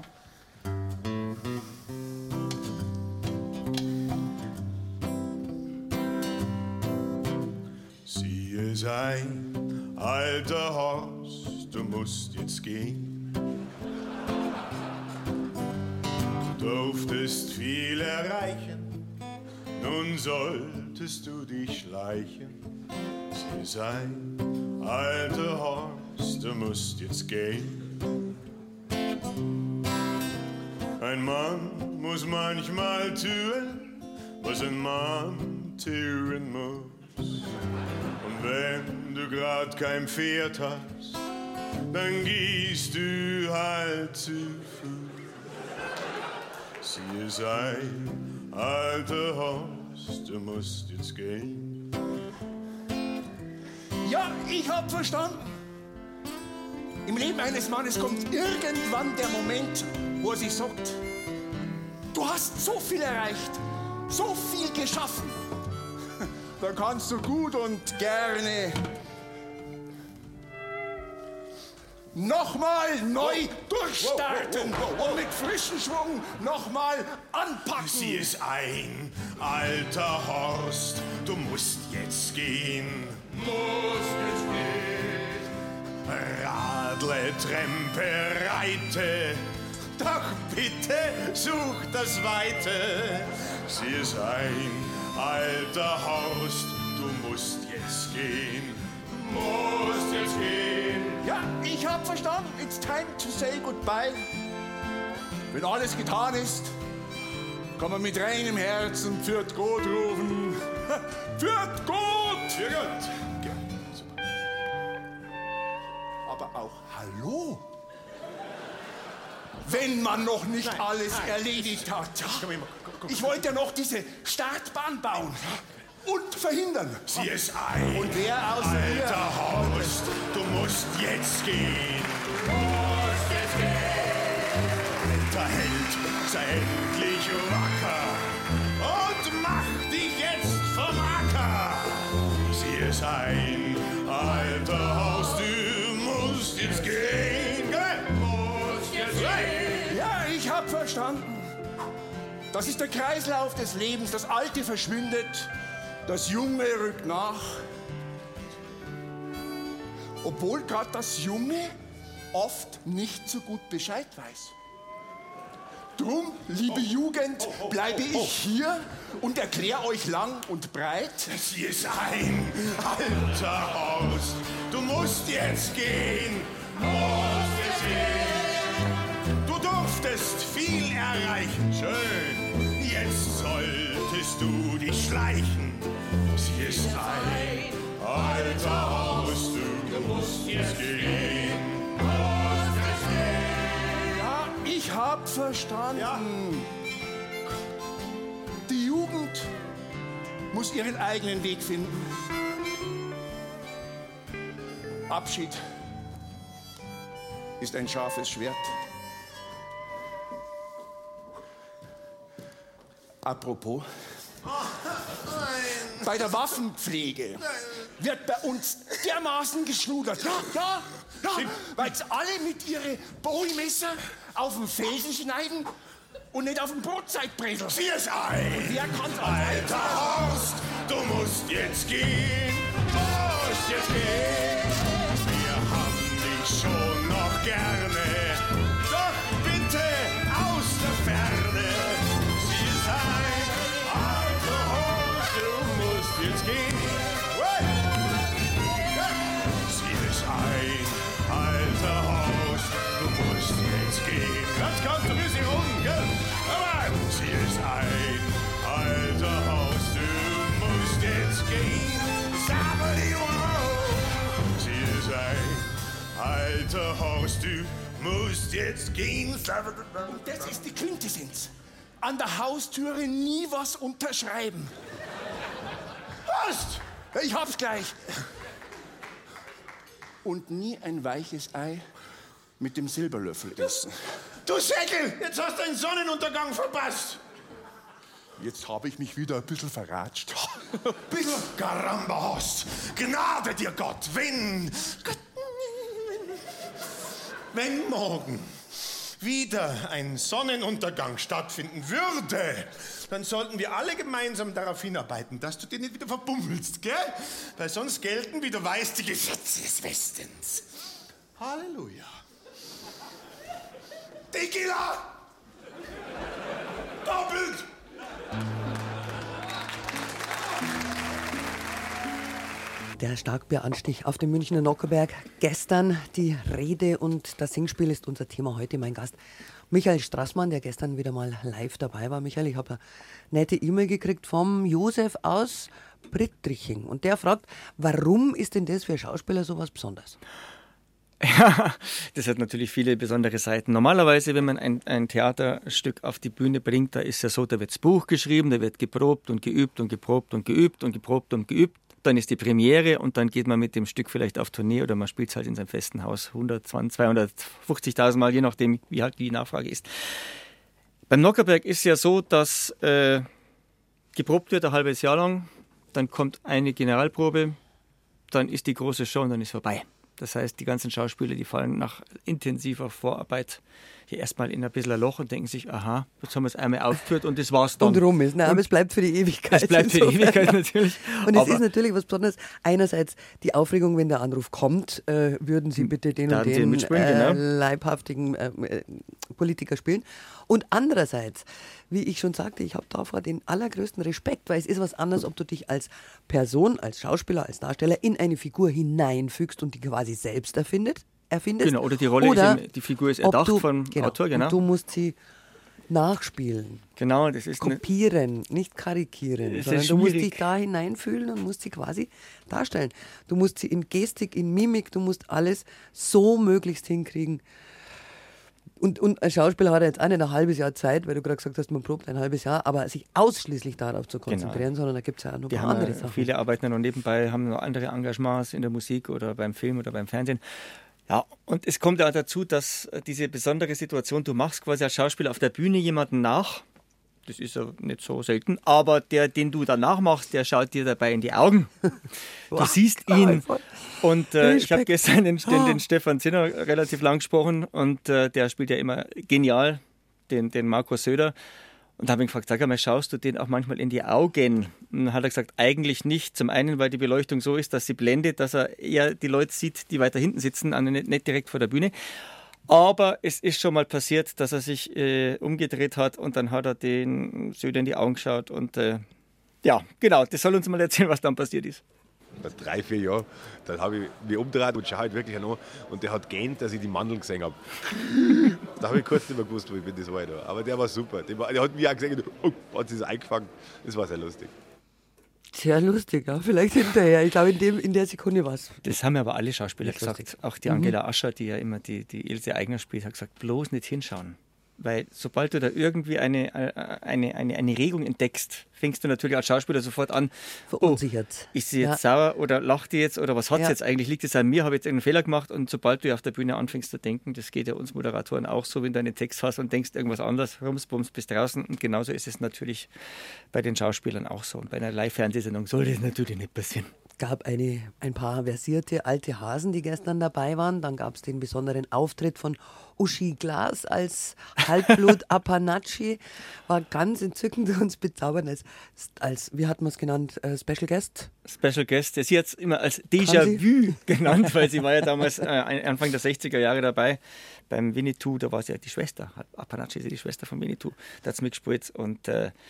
Sieh es ein, alter Horst, du musst jetzt gehen. Du durftest viel erreichen, nun solltest du dich schleichen. Sieh es ein, alter Horst, du musst jetzt gehen. Ein Mann muss manchmal tun, was ein Mann tun muss. Und wenn du grad kein Pferd hast, dann gehst du halt zu Fuß. Sieh es ein, alter Horst, du musst jetzt gehen. Ja, ich hab verstanden. Im Leben eines Mannes kommt irgendwann der Moment, wo er sich sagt, du hast so viel erreicht, so viel geschaffen. Dann kannst du gut und gerne nochmal neu durchstarten und mit frischem Schwung nochmal anpacken. Sieh es ein, alter Horst, du musst jetzt gehen. Musst jetzt gehen. Radle, Trempe, reite, doch bitte such das Weite. Sieh es ein, alter Horst, du musst jetzt gehen. Musst jetzt gehen. Ja, ich hab verstanden. It's time to say goodbye. Wenn alles getan ist, kann man mit reinem Herzen Pfiat Gott rufen. Pfiat Gott! Sehr gut. Aber auch Hallo. Wenn man noch nicht alles erledigt hat. Ich wollte ja noch diese Startbahn bauen und verhindern. Sieh es ein. Und wer außer mir? Alter Horst, du musst jetzt gehen. Du musst jetzt gehen. Alter Held, sei endlich wacker und mach dich jetzt vom Acker. Sieh es ein, alter Horst, du musst jetzt gehen. Ja, ich hab verstanden. Das ist der Kreislauf des Lebens. Das Alte verschwindet, das Junge rückt nach. Obwohl gerade das Junge oft nicht so gut Bescheid weiß. Drum, liebe Jugend, bleibe ich hier und erkläre euch lang und breit. Sieh es ein, alter Horst, du musst jetzt gehen. Musst jetzt gehen. Du durftest viel erreichen, schön. Jetzt solltest du dich schleichen. Sieh es ein, alter Horst, du musst jetzt gehen. Musst jetzt gehen. Ja, ich hab verstanden. Ja. Die Jugend muss ihren eigenen Weg finden. Abschied ist ein scharfes Schwert. Apropos, bei der Waffenpflege wird bei uns dermaßen geschludert. Ja, weil alle mit ihren Bowie-Messer auf den Felsen schneiden und nicht auf den Brotzeitbredel. Sieh es ein! Wer kann's alter Horst, du musst jetzt gehen. Musst jetzt gehen. Wir haben dich schon noch gerne. Doch bitte aus der Ferne. Sieh es ein, alter Horst, du musst jetzt gehen. Sieh es ein, alter Horst, du musst jetzt gehen. Jetzt kommt ein bisschen rum, gell? Aber sieh es ein, alter Horst, du musst jetzt gehen. Sieh es ein, alter Horst, du musst jetzt gehen. Und das ist die Quintessenz. An der Haustüre nie was unterschreiben. Horst! Ich hab's gleich. Und nie ein weiches Ei mit dem Silberlöffel essen. Du Säckel, jetzt hast du den Sonnenuntergang verpasst. Jetzt habe ich mich wieder ein bisschen verratscht. Ein bisschen Garambahos. Gnade dir Gott, wenn morgen wieder ein Sonnenuntergang stattfinden würde, dann sollten wir alle gemeinsam darauf hinarbeiten, dass du dir nicht wieder verbummelst, gell? Weil sonst gelten, wie du weißt, die Gesetze des Westens. Halleluja. Tequila! Doppelt! Der Starkbieranstich auf dem Münchner Nockherberg. Gestern die Rede und das Singspiel ist unser Thema heute. Mein Gast Michael Straßmann, der gestern wieder mal live dabei war. Michael, ich habe eine nette E-Mail gekriegt vom Josef aus Brittriching. Und der fragt, warum ist denn das für Schauspieler so was Besonderes? Ja, das hat natürlich viele besondere Seiten. Normalerweise, wenn man ein Theaterstück auf die Bühne bringt, da ist ja so, da wird das Buch geschrieben, da wird geprobt und geübt und geprobt und geübt und geprobt und geübt. Dann ist die Premiere und dann geht man mit dem Stück vielleicht auf Tournee oder man spielt es halt in seinem festen Haus 120, 250.000 Mal, je nachdem, wie halt die Nachfrage ist. Beim Nockherberg ist es ja so, dass geprobt wird ein halbes Jahr lang, dann kommt eine Generalprobe, dann ist die große Show und dann ist vorbei. Das heißt, die ganzen Schauspieler, die fallen nach intensiver Vorarbeit hier erstmal in ein bisschen ein Loch und denken sich, aha, jetzt haben wir es einmal aufgeführt und das war's dann. Und rum ist, ne? Aber es bleibt für die Ewigkeit. Es bleibt für die Ewigkeit natürlich. Und es ist natürlich was Besonderes. Einerseits die Aufregung, wenn der Anruf kommt, würden Sie bitte den und den leibhaftigen Politiker spielen. Und andererseits, wie ich schon sagte, ich habe davor den allergrößten Respekt, weil es ist was anderes, ob du dich als Person, als Schauspieler, als Darsteller in eine Figur hineinfügst und die quasi selbst erfindest. Genau, oder die Rolle die Figur ist erdacht vom Autor, genau. Und du musst sie nachspielen. Genau, das ist kopieren, nicht karikieren, sondern du musst dich da hineinfühlen und musst sie quasi darstellen. Du musst sie in Gestik, in Mimik, du musst alles so möglichst hinkriegen. Und ein Schauspieler hat jetzt auch nicht ein halbes Jahr Zeit, weil du gerade gesagt hast, man probt ein halbes Jahr, aber sich ausschließlich darauf zu konzentrieren, sondern da gibt es ja auch noch ein paar andere Sachen. Viele arbeiten ja noch nebenbei, haben noch andere Engagements in der Musik oder beim Film oder beim Fernsehen. Ja, und es kommt ja dazu, dass diese besondere Situation, du machst quasi als Schauspieler auf der Bühne jemanden nach, das ist ja nicht so selten, aber den du danach machst, der schaut dir dabei in die Augen. Du siehst ihn. Und ich habe gestern den Stefan Zinner relativ lang gesprochen und der spielt ja immer genial, den Markus Söder. Und habe ihn gefragt, sag einmal, schaust du den auch manchmal in die Augen? Und dann hat er gesagt, eigentlich nicht. Zum einen, weil die Beleuchtung so ist, dass sie blendet, dass er eher die Leute sieht, die weiter hinten sitzen, nicht direkt vor der Bühne. Aber es ist schon mal passiert, dass er sich umgedreht hat und dann hat er den Söder in die Augen geschaut. Und ja, genau, das soll uns mal erzählen, was dann passiert ist. Nach 3-4 Jahren, dann habe ich mich umgedreht und schaue halt wirklich an und der hat gähnt, dass ich die Mandeln gesehen habe. Da habe ich kurz nicht mehr gewusst, wo ich bin, das war ich da. Aber der war super. Der hat mich auch gesehen und hat sich eingefangen. Das war sehr lustig. Sehr lustig, ja, vielleicht hinterher. Ich glaube, in der Sekunde war es. Das haben ja aber alle Schauspieler gesagt. Lustig. Auch die Angela Ascher, die ja immer die Ilse Aigner spielt, hat gesagt, bloß nicht hinschauen. Weil sobald du da irgendwie eine Regung entdeckst, fängst du natürlich als Schauspieler sofort an, verunsichert. Ist sie jetzt sauer oder lacht die jetzt oder was hat sie jetzt eigentlich? Liegt es an mir? Habe ich jetzt einen Fehler gemacht? Und sobald du auf der Bühne anfängst zu denken, das geht ja uns Moderatoren auch so, wenn du einen Text hast und denkst irgendwas anderes, rumsbums, bist draußen. Und genauso ist es natürlich bei den Schauspielern auch so. Und bei einer Live-Fernsehsendung soll das natürlich nicht passieren. Es gab ein paar versierte alte Hasen, die gestern dabei waren. Dann gab es den besonderen Auftritt von Uschi Glas als Halbblut-Apanacci. War ganz entzückend und bezaubernd als wie hat man es genannt, Special Guest? Special Guest. Sie hat es immer als Déjà-vu genannt, weil sie war ja damals Anfang der 60er Jahre dabei. Beim Winnetou, da war sie ja die Schwester. Apanacci ist ja die Schwester von Winnetou. Da hat sie mitgespielt und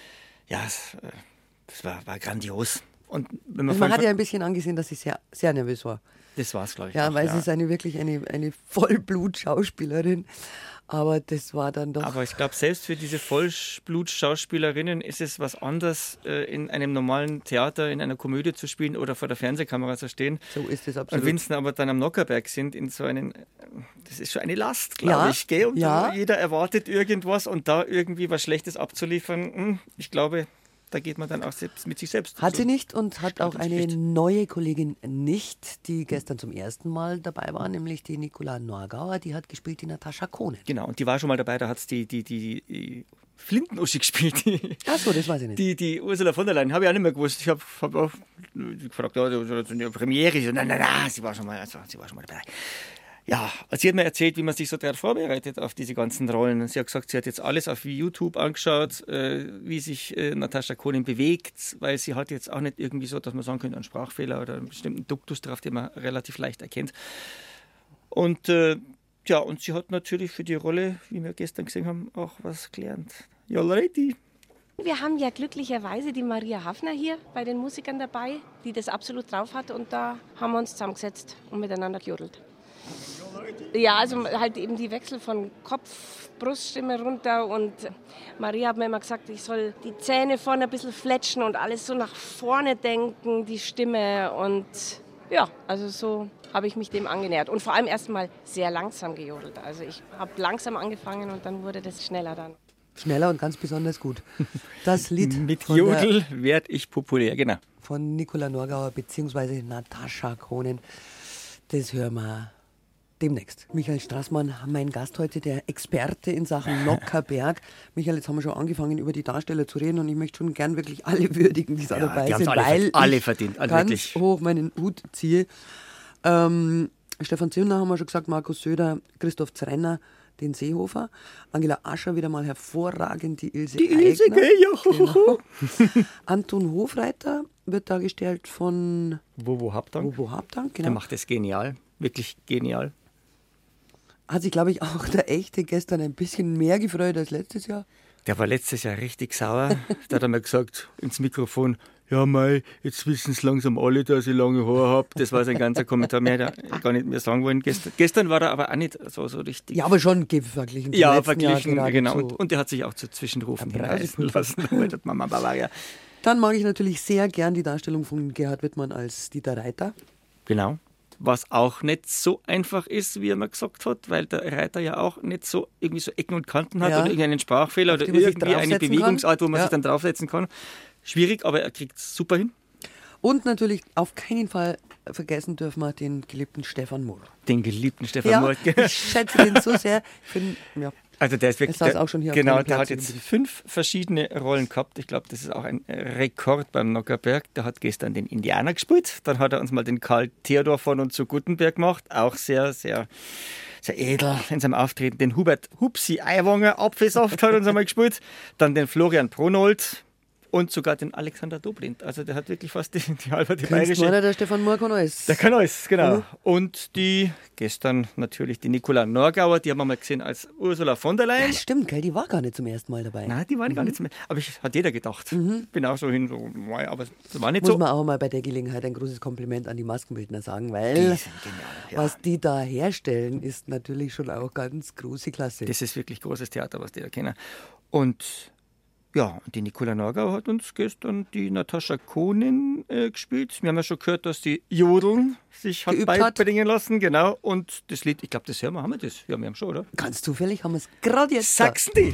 das war grandios. Und wenn man hat ja ein bisschen angesehen, dass sie sehr, sehr nervös war. Das war es, glaube ich. Ja, auch, weil sie ist wirklich eine Vollblut-Schauspielerin. Aber das war dann doch... Aber ich glaube, selbst für diese Vollblut-Schauspielerinnen ist es was anderes, in einem normalen Theater, in einer Komödie zu spielen oder vor der Fernsehkamera zu stehen. So ist es absolut. Und wenn sie aber dann am Nockherberg sind, das ist schon eine Last, glaube ich. Gell? Und jeder erwartet irgendwas und da irgendwie was Schlechtes abzuliefern, ich glaube... Da geht man dann auch mit sich selbst. Hat sie nicht und hat auch eine neue Kollegin nicht, die gestern zum ersten Mal dabei war, nämlich die Nicola Norgauer, die hat gespielt die Natascha Kohne. Genau, und die war schon mal dabei, da hat es die Flintenuschi gespielt. Ach so, das weiß ich nicht. Die Ursula von der Leyen, habe ich auch nicht mehr gewusst. Ich habe auch gefragt, ja, das ist eine Premiere. So, nein, sie war schon mal dabei. Ja, sie hat mir erzählt, wie man sich so darauf vorbereitet, auf diese ganzen Rollen. Und sie hat gesagt, sie hat jetzt alles auf YouTube angeschaut, wie sich Natascha Konin bewegt, weil sie hat jetzt auch nicht irgendwie so, dass man sagen könnte, einen Sprachfehler oder einen bestimmten Duktus drauf, den man relativ leicht erkennt. Und und sie hat natürlich für die Rolle, wie wir gestern gesehen haben, auch was gelernt. Ja, alrighty. Wir haben ja glücklicherweise die Maria Hafner hier bei den Musikern dabei, die das absolut drauf hat. Und da haben wir uns zusammengesetzt und miteinander gejodelt. Ja, also halt eben die Wechsel von Kopf, Bruststimme runter. Und Maria hat mir immer gesagt, ich soll die Zähne vorne ein bisschen fletschen und alles so nach vorne denken, die Stimme. Und ja, also so habe ich mich dem angenähert. Und vor allem erst mal sehr langsam gejodelt. Also ich habe langsam angefangen und dann wurde das schneller dann. Schneller und ganz besonders gut. Das Lied mit Jodel werde ich populär, genau. Von Nicola Norgauer bzw. Natascha Konin. Das hören wir demnächst. Michael Straßmann, mein Gast heute, der Experte in Sachen Nockherberg. Michael, jetzt haben wir schon angefangen, über die Darsteller zu reden und ich möchte schon gern wirklich alle würdigen, die da dabei sind, weil alle ich verdient, alle ganz wirklich hoch meinen Hut ziehe. Stefan Zirner haben wir schon gesagt, Markus Söder, Christoph Zrenner, den Seehofer, Angela Ascher wieder mal hervorragend, die Ilse Aigner. Genau. Anton Hofreiter wird dargestellt von Wowo Habdank. Genau. Der macht das genial, wirklich genial. Hat sich, glaube ich, auch der Echte gestern ein bisschen mehr gefreut als letztes Jahr. Der war letztes Jahr richtig sauer. Da hat er mir gesagt ins Mikrofon, ja Mei, jetzt wissen es langsam alle, dass ich lange Haare habe. Das war sein ganzer Kommentar. Mehr hat er gar nicht mehr sagen wollen. Gestern war er aber auch nicht so richtig. Ja, aber schon verglichen zum ja, letzten verglichen, Jahr. Genau. So. Und er hat sich auch zu Zwischenrufen hinreißen lassen. Mama Bavaria. Dann mag ich natürlich sehr gern die Darstellung von Gerhard Wittmann als Dieter Reiter. Genau. Was auch nicht so einfach ist, wie er mir gesagt hat, weil der Reiter ja auch nicht so irgendwie so Ecken und Kanten hat oder irgendeinen Sprachfehler oder irgendwie eine Bewegungsart, wo man sich dann draufsetzen kann. Schwierig, aber er kriegt es super hin. Und natürlich auf keinen Fall vergessen dürfen wir den geliebten Stefan Mohr. Den geliebten Stefan Mohr. Ich schätze den so sehr. Also der ist wirklich, auch schon hier genau, der hat jetzt 5 verschiedene Rollen gehabt. Ich glaube, das ist auch ein Rekord beim Nockherberg. Der hat gestern den Indianer gespielt. Dann hat er uns mal den Karl Theodor von und zu Guttenberg gemacht. Auch sehr, sehr, sehr edel in seinem Auftreten. Den Hubert Hupsi Eiwanger Apfelsaft hat uns einmal gespielt. Dann den Florian Pronold. Und sogar den Alexander Dobrindt. Also der hat wirklich fast die halbe bayerische... Der Stefan Mohr kann alles. Der kann alles, genau. Und die gestern natürlich die Nicola Norgauer, die haben wir mal gesehen als Ursula von der Leyen. Ja, stimmt, gell, die war gar nicht zum ersten Mal dabei. Nein, die war gar nicht zum ersten Mal. Aber hat jeder gedacht. Bin auch so hin, so, aber das war nicht Muss so. man auch mal bei der Gelegenheit ein großes Kompliment an die Maskenbildner sagen, weil was die da herstellen, ist natürlich schon auch ganz große Klasse. Das ist wirklich großes Theater, was die da kennen. Und ja, die Nicola Norgauer hat uns gestern die Natascha Konin gespielt. Wir haben ja schon gehört, dass die Jodeln sich hat beibringen lassen. Genau. Und das Lied, ich glaube, das hören wir. Haben wir das? Ja, wir haben schon, oder? Ganz zufällig haben wir es gerade jetzt. Sag's die!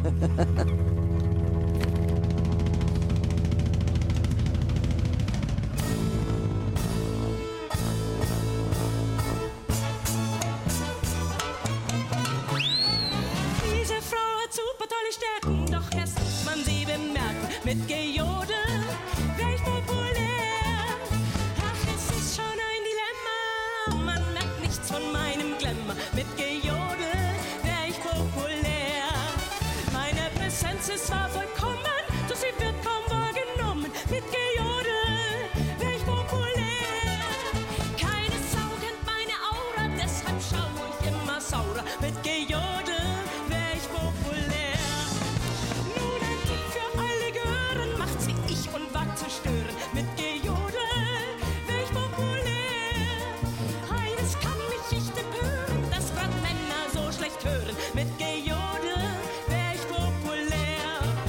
Diese Frau hat super tolle Stärken, doch erst muss man sie bemerken. Mit Gejodel wär ich populär. Ach, es ist schon ein Dilemma, man merkt nichts von meinem Glamour. Mit Gejodel wär ich populär. Meine Präsenz ist zwar vollkommen, doch sie wird kaum wahrgenommen. Mit Gejodel wär ich populär. Keine Sau kennt meine Aura, deshalb schau ich immer saurer. Mit Gejodel wär ich populär. Nun ein Tipp für alle Gören, macht's wie ich und wagt zu stören. Mit Gejodel wär ich populär. Eines kann mich nicht empören, dass grad Männer so schlecht hören. Mit Gejodel wär ich populär.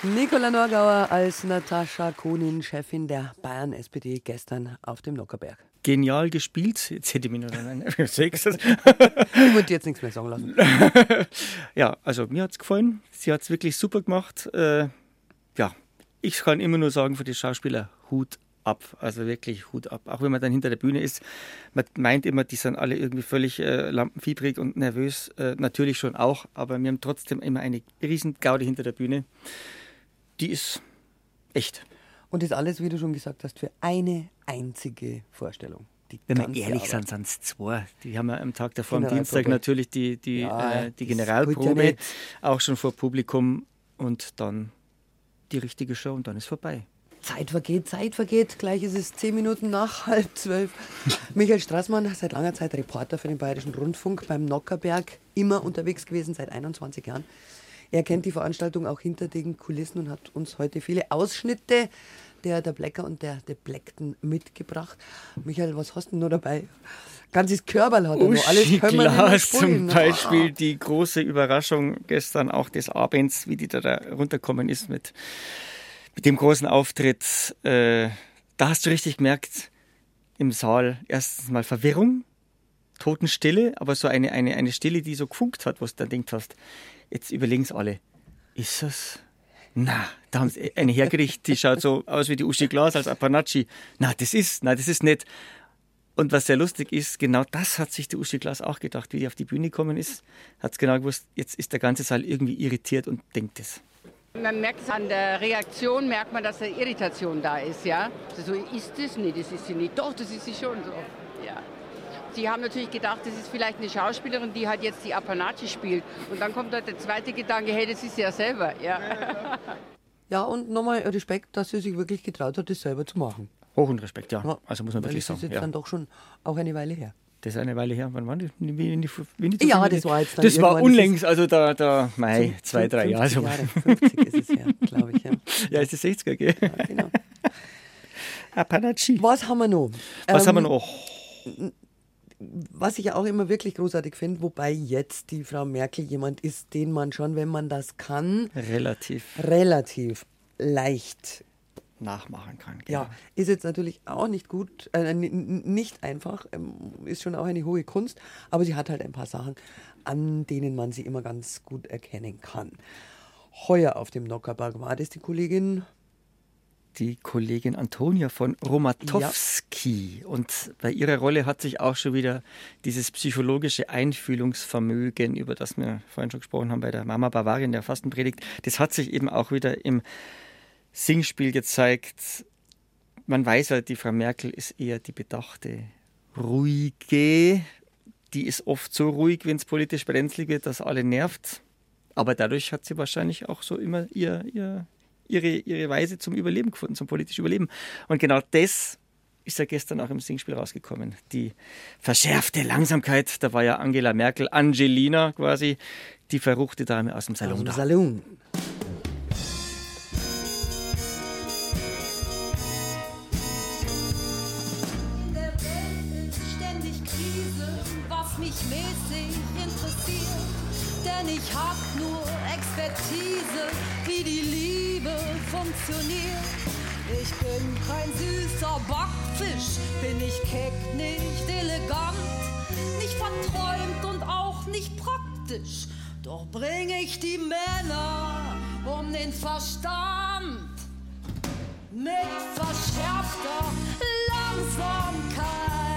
Nicola Norgauer als Natascha Konin, Chefin der Bayern-SPD, gestern auf dem Nockerberg. Genial gespielt. Jetzt hätte ich mich noch einen Sechstes. Ich wollte jetzt nichts mehr sagen lassen. Ja, also mir hat es gefallen. Sie hat es wirklich super gemacht. Ja, ich kann immer nur sagen, für die Schauspieler Hut ab. Also wirklich Hut ab. Auch wenn man dann hinter der Bühne ist. Man meint immer, die sind alle irgendwie völlig lampenfiebrig und nervös. Natürlich schon auch, aber wir haben trotzdem immer eine riesen Gaudi hinter der Bühne. Die ist echt. Und das alles, wie du schon gesagt hast, für eine einzige Vorstellung. Wenn wir ehrlich sind, sind es zwei. Die haben ja am Tag davor, am Dienstag, natürlich die Generalprobe, auch schon vor Publikum und dann die richtige Show und dann ist vorbei. Zeit vergeht. Gleich ist es 10 Minuten nach 11:30. Michael Straßmann, seit langer Zeit Reporter für den Bayerischen Rundfunk, beim Nockerberg, immer unterwegs gewesen, seit 21 Jahren. Er kennt die Veranstaltung auch hinter den Kulissen und hat uns heute viele Ausschnitte der Blecker und der Debleckten mitgebracht. Michael, was hast du noch dabei? Ganzes Körperl hat er noch. Alles können wir nicht zum Beispiel die große Überraschung gestern auch des Abends, wie die da runterkommen ist mit dem großen Auftritt. Da hast du richtig gemerkt, im Saal erstens mal Verwirrung, Totenstille, aber so eine Stille, die so gefunkt hat, wo du dann denkt hast, jetzt überlegen es alle, ist es? Na, da haben sie eine hergerichtet, die schaut so aus wie die Uschi Glas als Appanacci. Na, das ist nicht. Und was sehr lustig ist, genau das hat sich die Uschi Glas auch gedacht, wie die auf die Bühne gekommen ist, hat es genau gewusst, jetzt ist der ganze Saal irgendwie irritiert und denkt es. Man merkt es an der Reaktion, merkt man, dass eine Irritation da ist, ja. So, ist das? Nee, das ist sie nicht. Doch, das ist sie schon so, ja. Sie haben natürlich gedacht, das ist vielleicht eine Schauspielerin, die halt jetzt die Appanacci spielt. Und dann kommt halt der zweite Gedanke, hey, das ist sie ja selber. Ja, ja, und nochmal Respekt, dass sie sich wirklich getraut hat, das selber zu machen. Hohen Respekt, ja. Also muss man wirklich sagen. Das ist jetzt dann doch schon auch eine Weile her. Das ist eine Weile her. Wann war das? Ja, das war jetzt dann das war unlängst, also da 2, 3 Jahre. 50 ist es her, glaube ich. Ja, ja, ist das 60er, gell? Ja, genau. Appanacci. Was haben wir noch? Was ich ja auch immer wirklich großartig finde, wobei jetzt die Frau Merkel jemand ist, den man schon, wenn man das kann, relativ leicht nachmachen kann. Genau. Ja, ist jetzt natürlich auch nicht gut, nicht einfach, ist schon auch eine hohe Kunst, aber sie hat halt ein paar Sachen, an denen man sie immer ganz gut erkennen kann. Heuer auf dem Nockerberg war das die Kollegin Antonia von Romatowski. Ja. Und bei ihrer Rolle hat sich auch schon wieder dieses psychologische Einfühlungsvermögen, über das wir vorhin schon gesprochen haben bei der Mama Bavaria in der Fastenpredigt, das hat sich eben auch wieder im Singspiel gezeigt. Man weiß ja, die Frau Merkel ist eher die bedachte, ruhige. Die ist oft so ruhig, wenn es politisch brenzlig wird, dass alle nervt. Aber dadurch hat sie wahrscheinlich auch so immer ihre Weise zum Überleben gefunden, zum politischen Überleben. Und genau das ist ja gestern auch im Singspiel rausgekommen. Die verschärfte Langsamkeit, da war ja Angela Merkel, Angelina quasi, die verruchte Dame aus dem Salon. Der Welt ist ständig Krise, was mich mäßig interessiert. Denn ich hab nur Expertise, wie die Liebe funktioniert. Ich bin kein süßer Backfisch, bin ich keck, nicht elegant, nicht verträumt und auch nicht praktisch. Doch bring ich die Männer um den Verstand mit verschärfter Langsamkeit.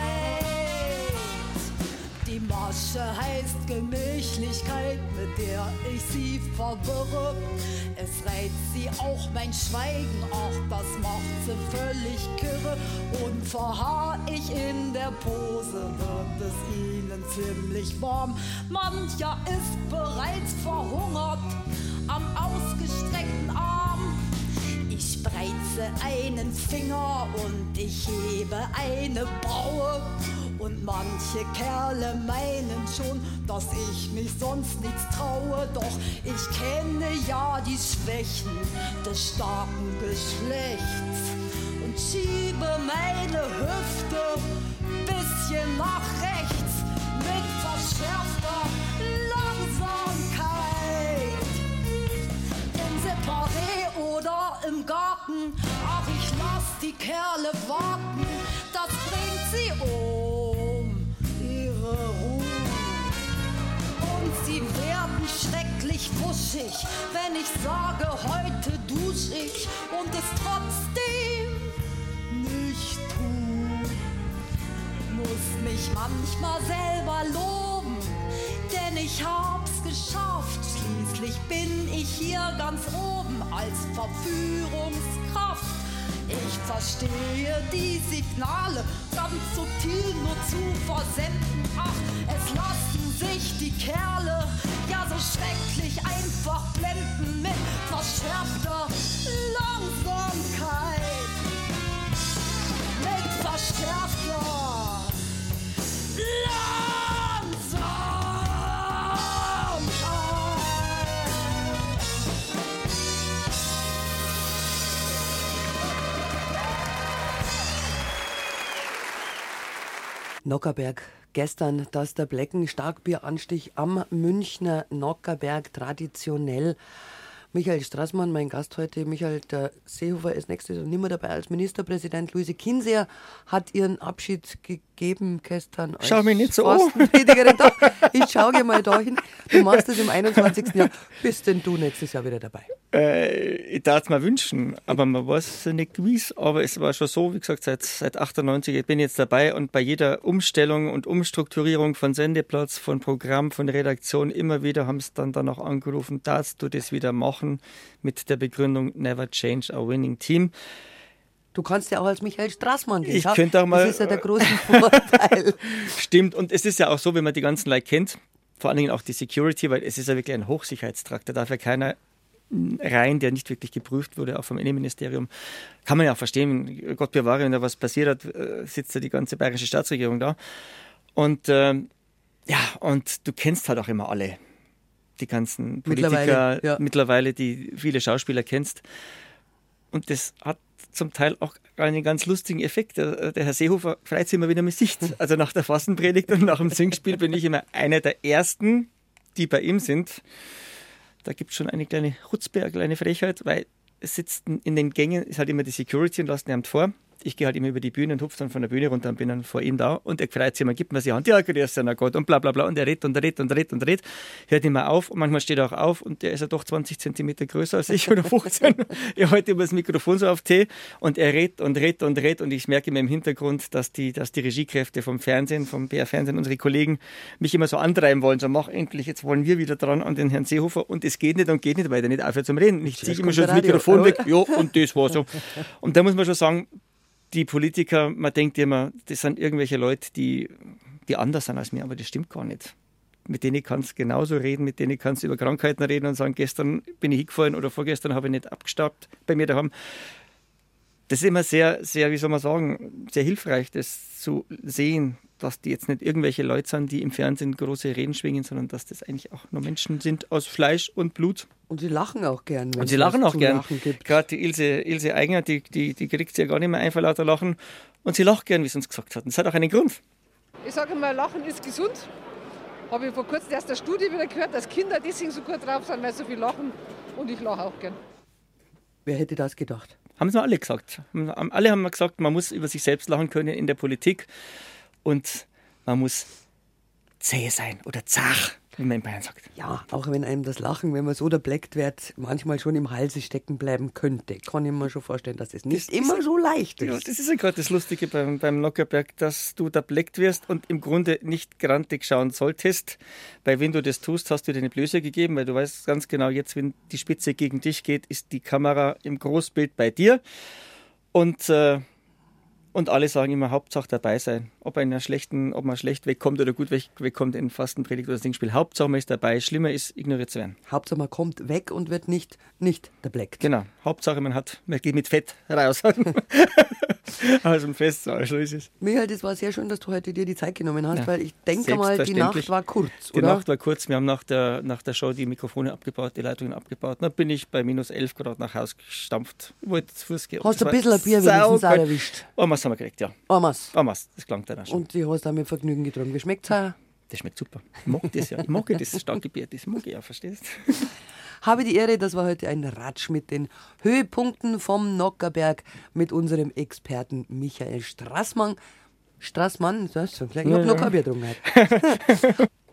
Die Masche heißt Gemächlichkeit, mit der ich sie verwirre. Es reizt sie auch mein Schweigen, ach, das macht sie völlig kirre. Und verharr ich in der Pose, wird es ihnen ziemlich warm. Mancher ist bereits verhungert am ausgestreckten Arm. Ich spreize einen Finger und ich hebe eine Braue. Und manche Kerle meinen schon, dass ich mich sonst nichts traue. Doch ich kenne ja die Schwächen des starken Geschlechts und schiebe meine Hüfte bisschen nach rechts mit verschärfter Langsamkeit. Im Separé Taten. Ach, ich lass die Kerle warten, das bringt sie um ihre Ruhe. Und sie werden schrecklich wuschig, wenn ich sage, heute dusch ich und es trotzdem nicht tu. Muss mich manchmal selber loben, denn ich hab's geschafft. Schließlich bin ich hier ganz oben als Verführungskraft. Ich verstehe die Signale ganz subtil nur zu versenden. Ach, es lassen sich die Kerle ja so schrecklich einfach blenden mit verschärfter Langsamkeit. Mit verschärfter Nockherberg. Gestern, dass der Blecken Starkbieranstich am Münchner Nockherberg traditionell. Michael Straßmann, mein Gast heute. Michael, der Seehofer ist nächstes Jahr nicht mehr dabei als Ministerpräsident. Luise Kinseher hat ihren Abschied gegeben gestern. Schau mich nicht so an. Ich schau dir mal da hin. Du machst das im 21. Jahr. Bist denn du nächstes Jahr wieder dabei? Ich darf es mir wünschen, aber man weiß es nicht gewiss. Aber es war schon so, wie gesagt, seit 98 ich bin jetzt dabei und bei jeder Umstellung und Umstrukturierung von Sendeplatz, von Programm, von Redaktion immer wieder haben sie dann danach angerufen, darfst du das wieder machen mit der Begründung Never change a winning team. Du kannst ja auch als Michael Straßmann gehen. Ich könnte auch mal. Das ist ja der große Vorteil. Stimmt, und es ist ja auch so, wenn man die ganzen Leute kennt, vor allen Dingen auch die Security, weil es ist ja wirklich ein Hochsicherheitstrakt, da darf ja keiner rein, der nicht wirklich geprüft wurde, auch vom Innenministerium. Kann man ja auch verstehen, Gott bewahre, wenn da was passiert hat, sitzt ja die ganze bayerische Staatsregierung da. Und und du kennst halt auch immer alle, die ganzen Politiker, mittlerweile die viele Schauspieler kennst. Und das hat zum Teil auch einen ganz lustigen Effekt. Der Herr Seehofer freut sich immer wieder mit Sicht. Also nach der Fastenpredigt und nach dem Singspiel bin ich immer einer der Ersten, die bei ihm sind. Da gibt es schon eine kleine Chutzpe, eine kleine Frechheit, weil es sitzt in den Gängen, ist halt immer die Security und lassen ihn vor. Ich gehe halt immer über die Bühne und hupfe dann von der Bühne runter und bin dann vor ihm da. Und er freut sich immer, gibt mir die Hand, ja, grüß dich, na Gott, und bla bla bla. Und er redet und redet und redet und redet. Hört immer auf und manchmal steht er auch auf und der ist ja doch 20 Zentimeter größer als ich oder 15. Er hält immer das Mikrofon so auf Tee und er redet und redet und redet. Und ich merke immer im Hintergrund, dass die Regiekräfte vom Fernsehen, vom BR-Fernsehen, unsere Kollegen mich immer so antreiben wollen. So, mach endlich, jetzt wollen wir wieder dran an den Herrn Seehofer. Und es geht nicht, weil der nicht aufhört zum Reden. Ich ziehe immer schon das Mikrofon weg. Ja, und das war so. Und da muss man schon sagen, die Politiker, man denkt immer, das sind irgendwelche Leute, die anders sind als mir, aber das stimmt gar nicht. Mit denen kannst du genauso reden, mit denen kannst du über Krankheiten reden und sagen, gestern bin ich hingefallen oder vorgestern habe ich nicht abgestaubt bei mir daheim. Das ist immer sehr, sehr, wie soll man sagen, sehr hilfreich, das zu sehen, dass die jetzt nicht irgendwelche Leute sind, die im Fernsehen große Reden schwingen, sondern dass das eigentlich auch nur Menschen sind aus Fleisch und Blut. Und sie lachen auch gern. Und sie lachen auch gern. Gerade die Ilse Aigner, die kriegt sie ja gar nicht mehr ein vor lauter Lachen. Und sie lacht gern, wie sie uns gesagt hat. Und das hat auch einen Grund. Ich sage immer, Lachen ist gesund. Habe ich vor kurzem erst eine Studie wieder gehört, dass Kinder deswegen so gut drauf sind, weil sie so viel lachen. Und ich lache auch gern. Wer hätte das gedacht? Haben sie alle gesagt. Alle haben gesagt, man muss über sich selbst lachen können in der Politik. Und man muss zäh sein oder zach, wie man in Bayern sagt. Ja, auch wenn einem das Lachen, wenn man so erbleckt wird, manchmal schon im Halse stecken bleiben könnte. Kann ich mir schon vorstellen, dass das nicht immer so leicht ist. Ja, das ist ja gerade das Lustige beim Nockherberg, dass du da erbleckt wirst und im Grunde nicht grantig schauen solltest. Weil wenn du das tust, hast du dir eine Blöße gegeben, weil du weißt ganz genau, jetzt, wenn die Spitze gegen dich geht, ist die Kamera im Großbild bei dir. Und alle sagen immer, Hauptsache dabei sein. Ob man schlecht wegkommt oder gut wegkommt in Fastenpredigt oder Singspiel. Hauptsache man ist dabei. Schlimmer ist, ignoriert zu werden. Hauptsache man kommt weg und wird nicht erbleckt. Genau. Hauptsache man geht mit Fett raus. Aus dem Festsaal, so ist es. Michael, das war sehr schön, dass du heute dir die Zeit genommen hast, weil ich denke mal, die Nacht war kurz, oder? Die Nacht war kurz. Wir haben nach der Show die Mikrofone abgebaut, die Leitungen abgebaut. Dann bin ich bei minus 11 Grad nach Hause gestampft. Ich wollte zu Fuß gehen. Hast du ein bisschen ein Bier wenigstens auch erwischt? Amas haben wir gekriegt, ja. Amas, das klangt dann auch schon. Und die hast du auch mit Vergnügen getrunken. Wie schmeckt es? Das schmeckt super. Ich mag das ja. Ich mag das starke Bier. Das mag ich ja, verstehst du? Habe die Ehre, das war heute ein Ratsch mit den Höhepunkten vom Nockherberg mit unserem Experten Michael Straßmann. Straßmann, das ist gleich noch Bier getrunken.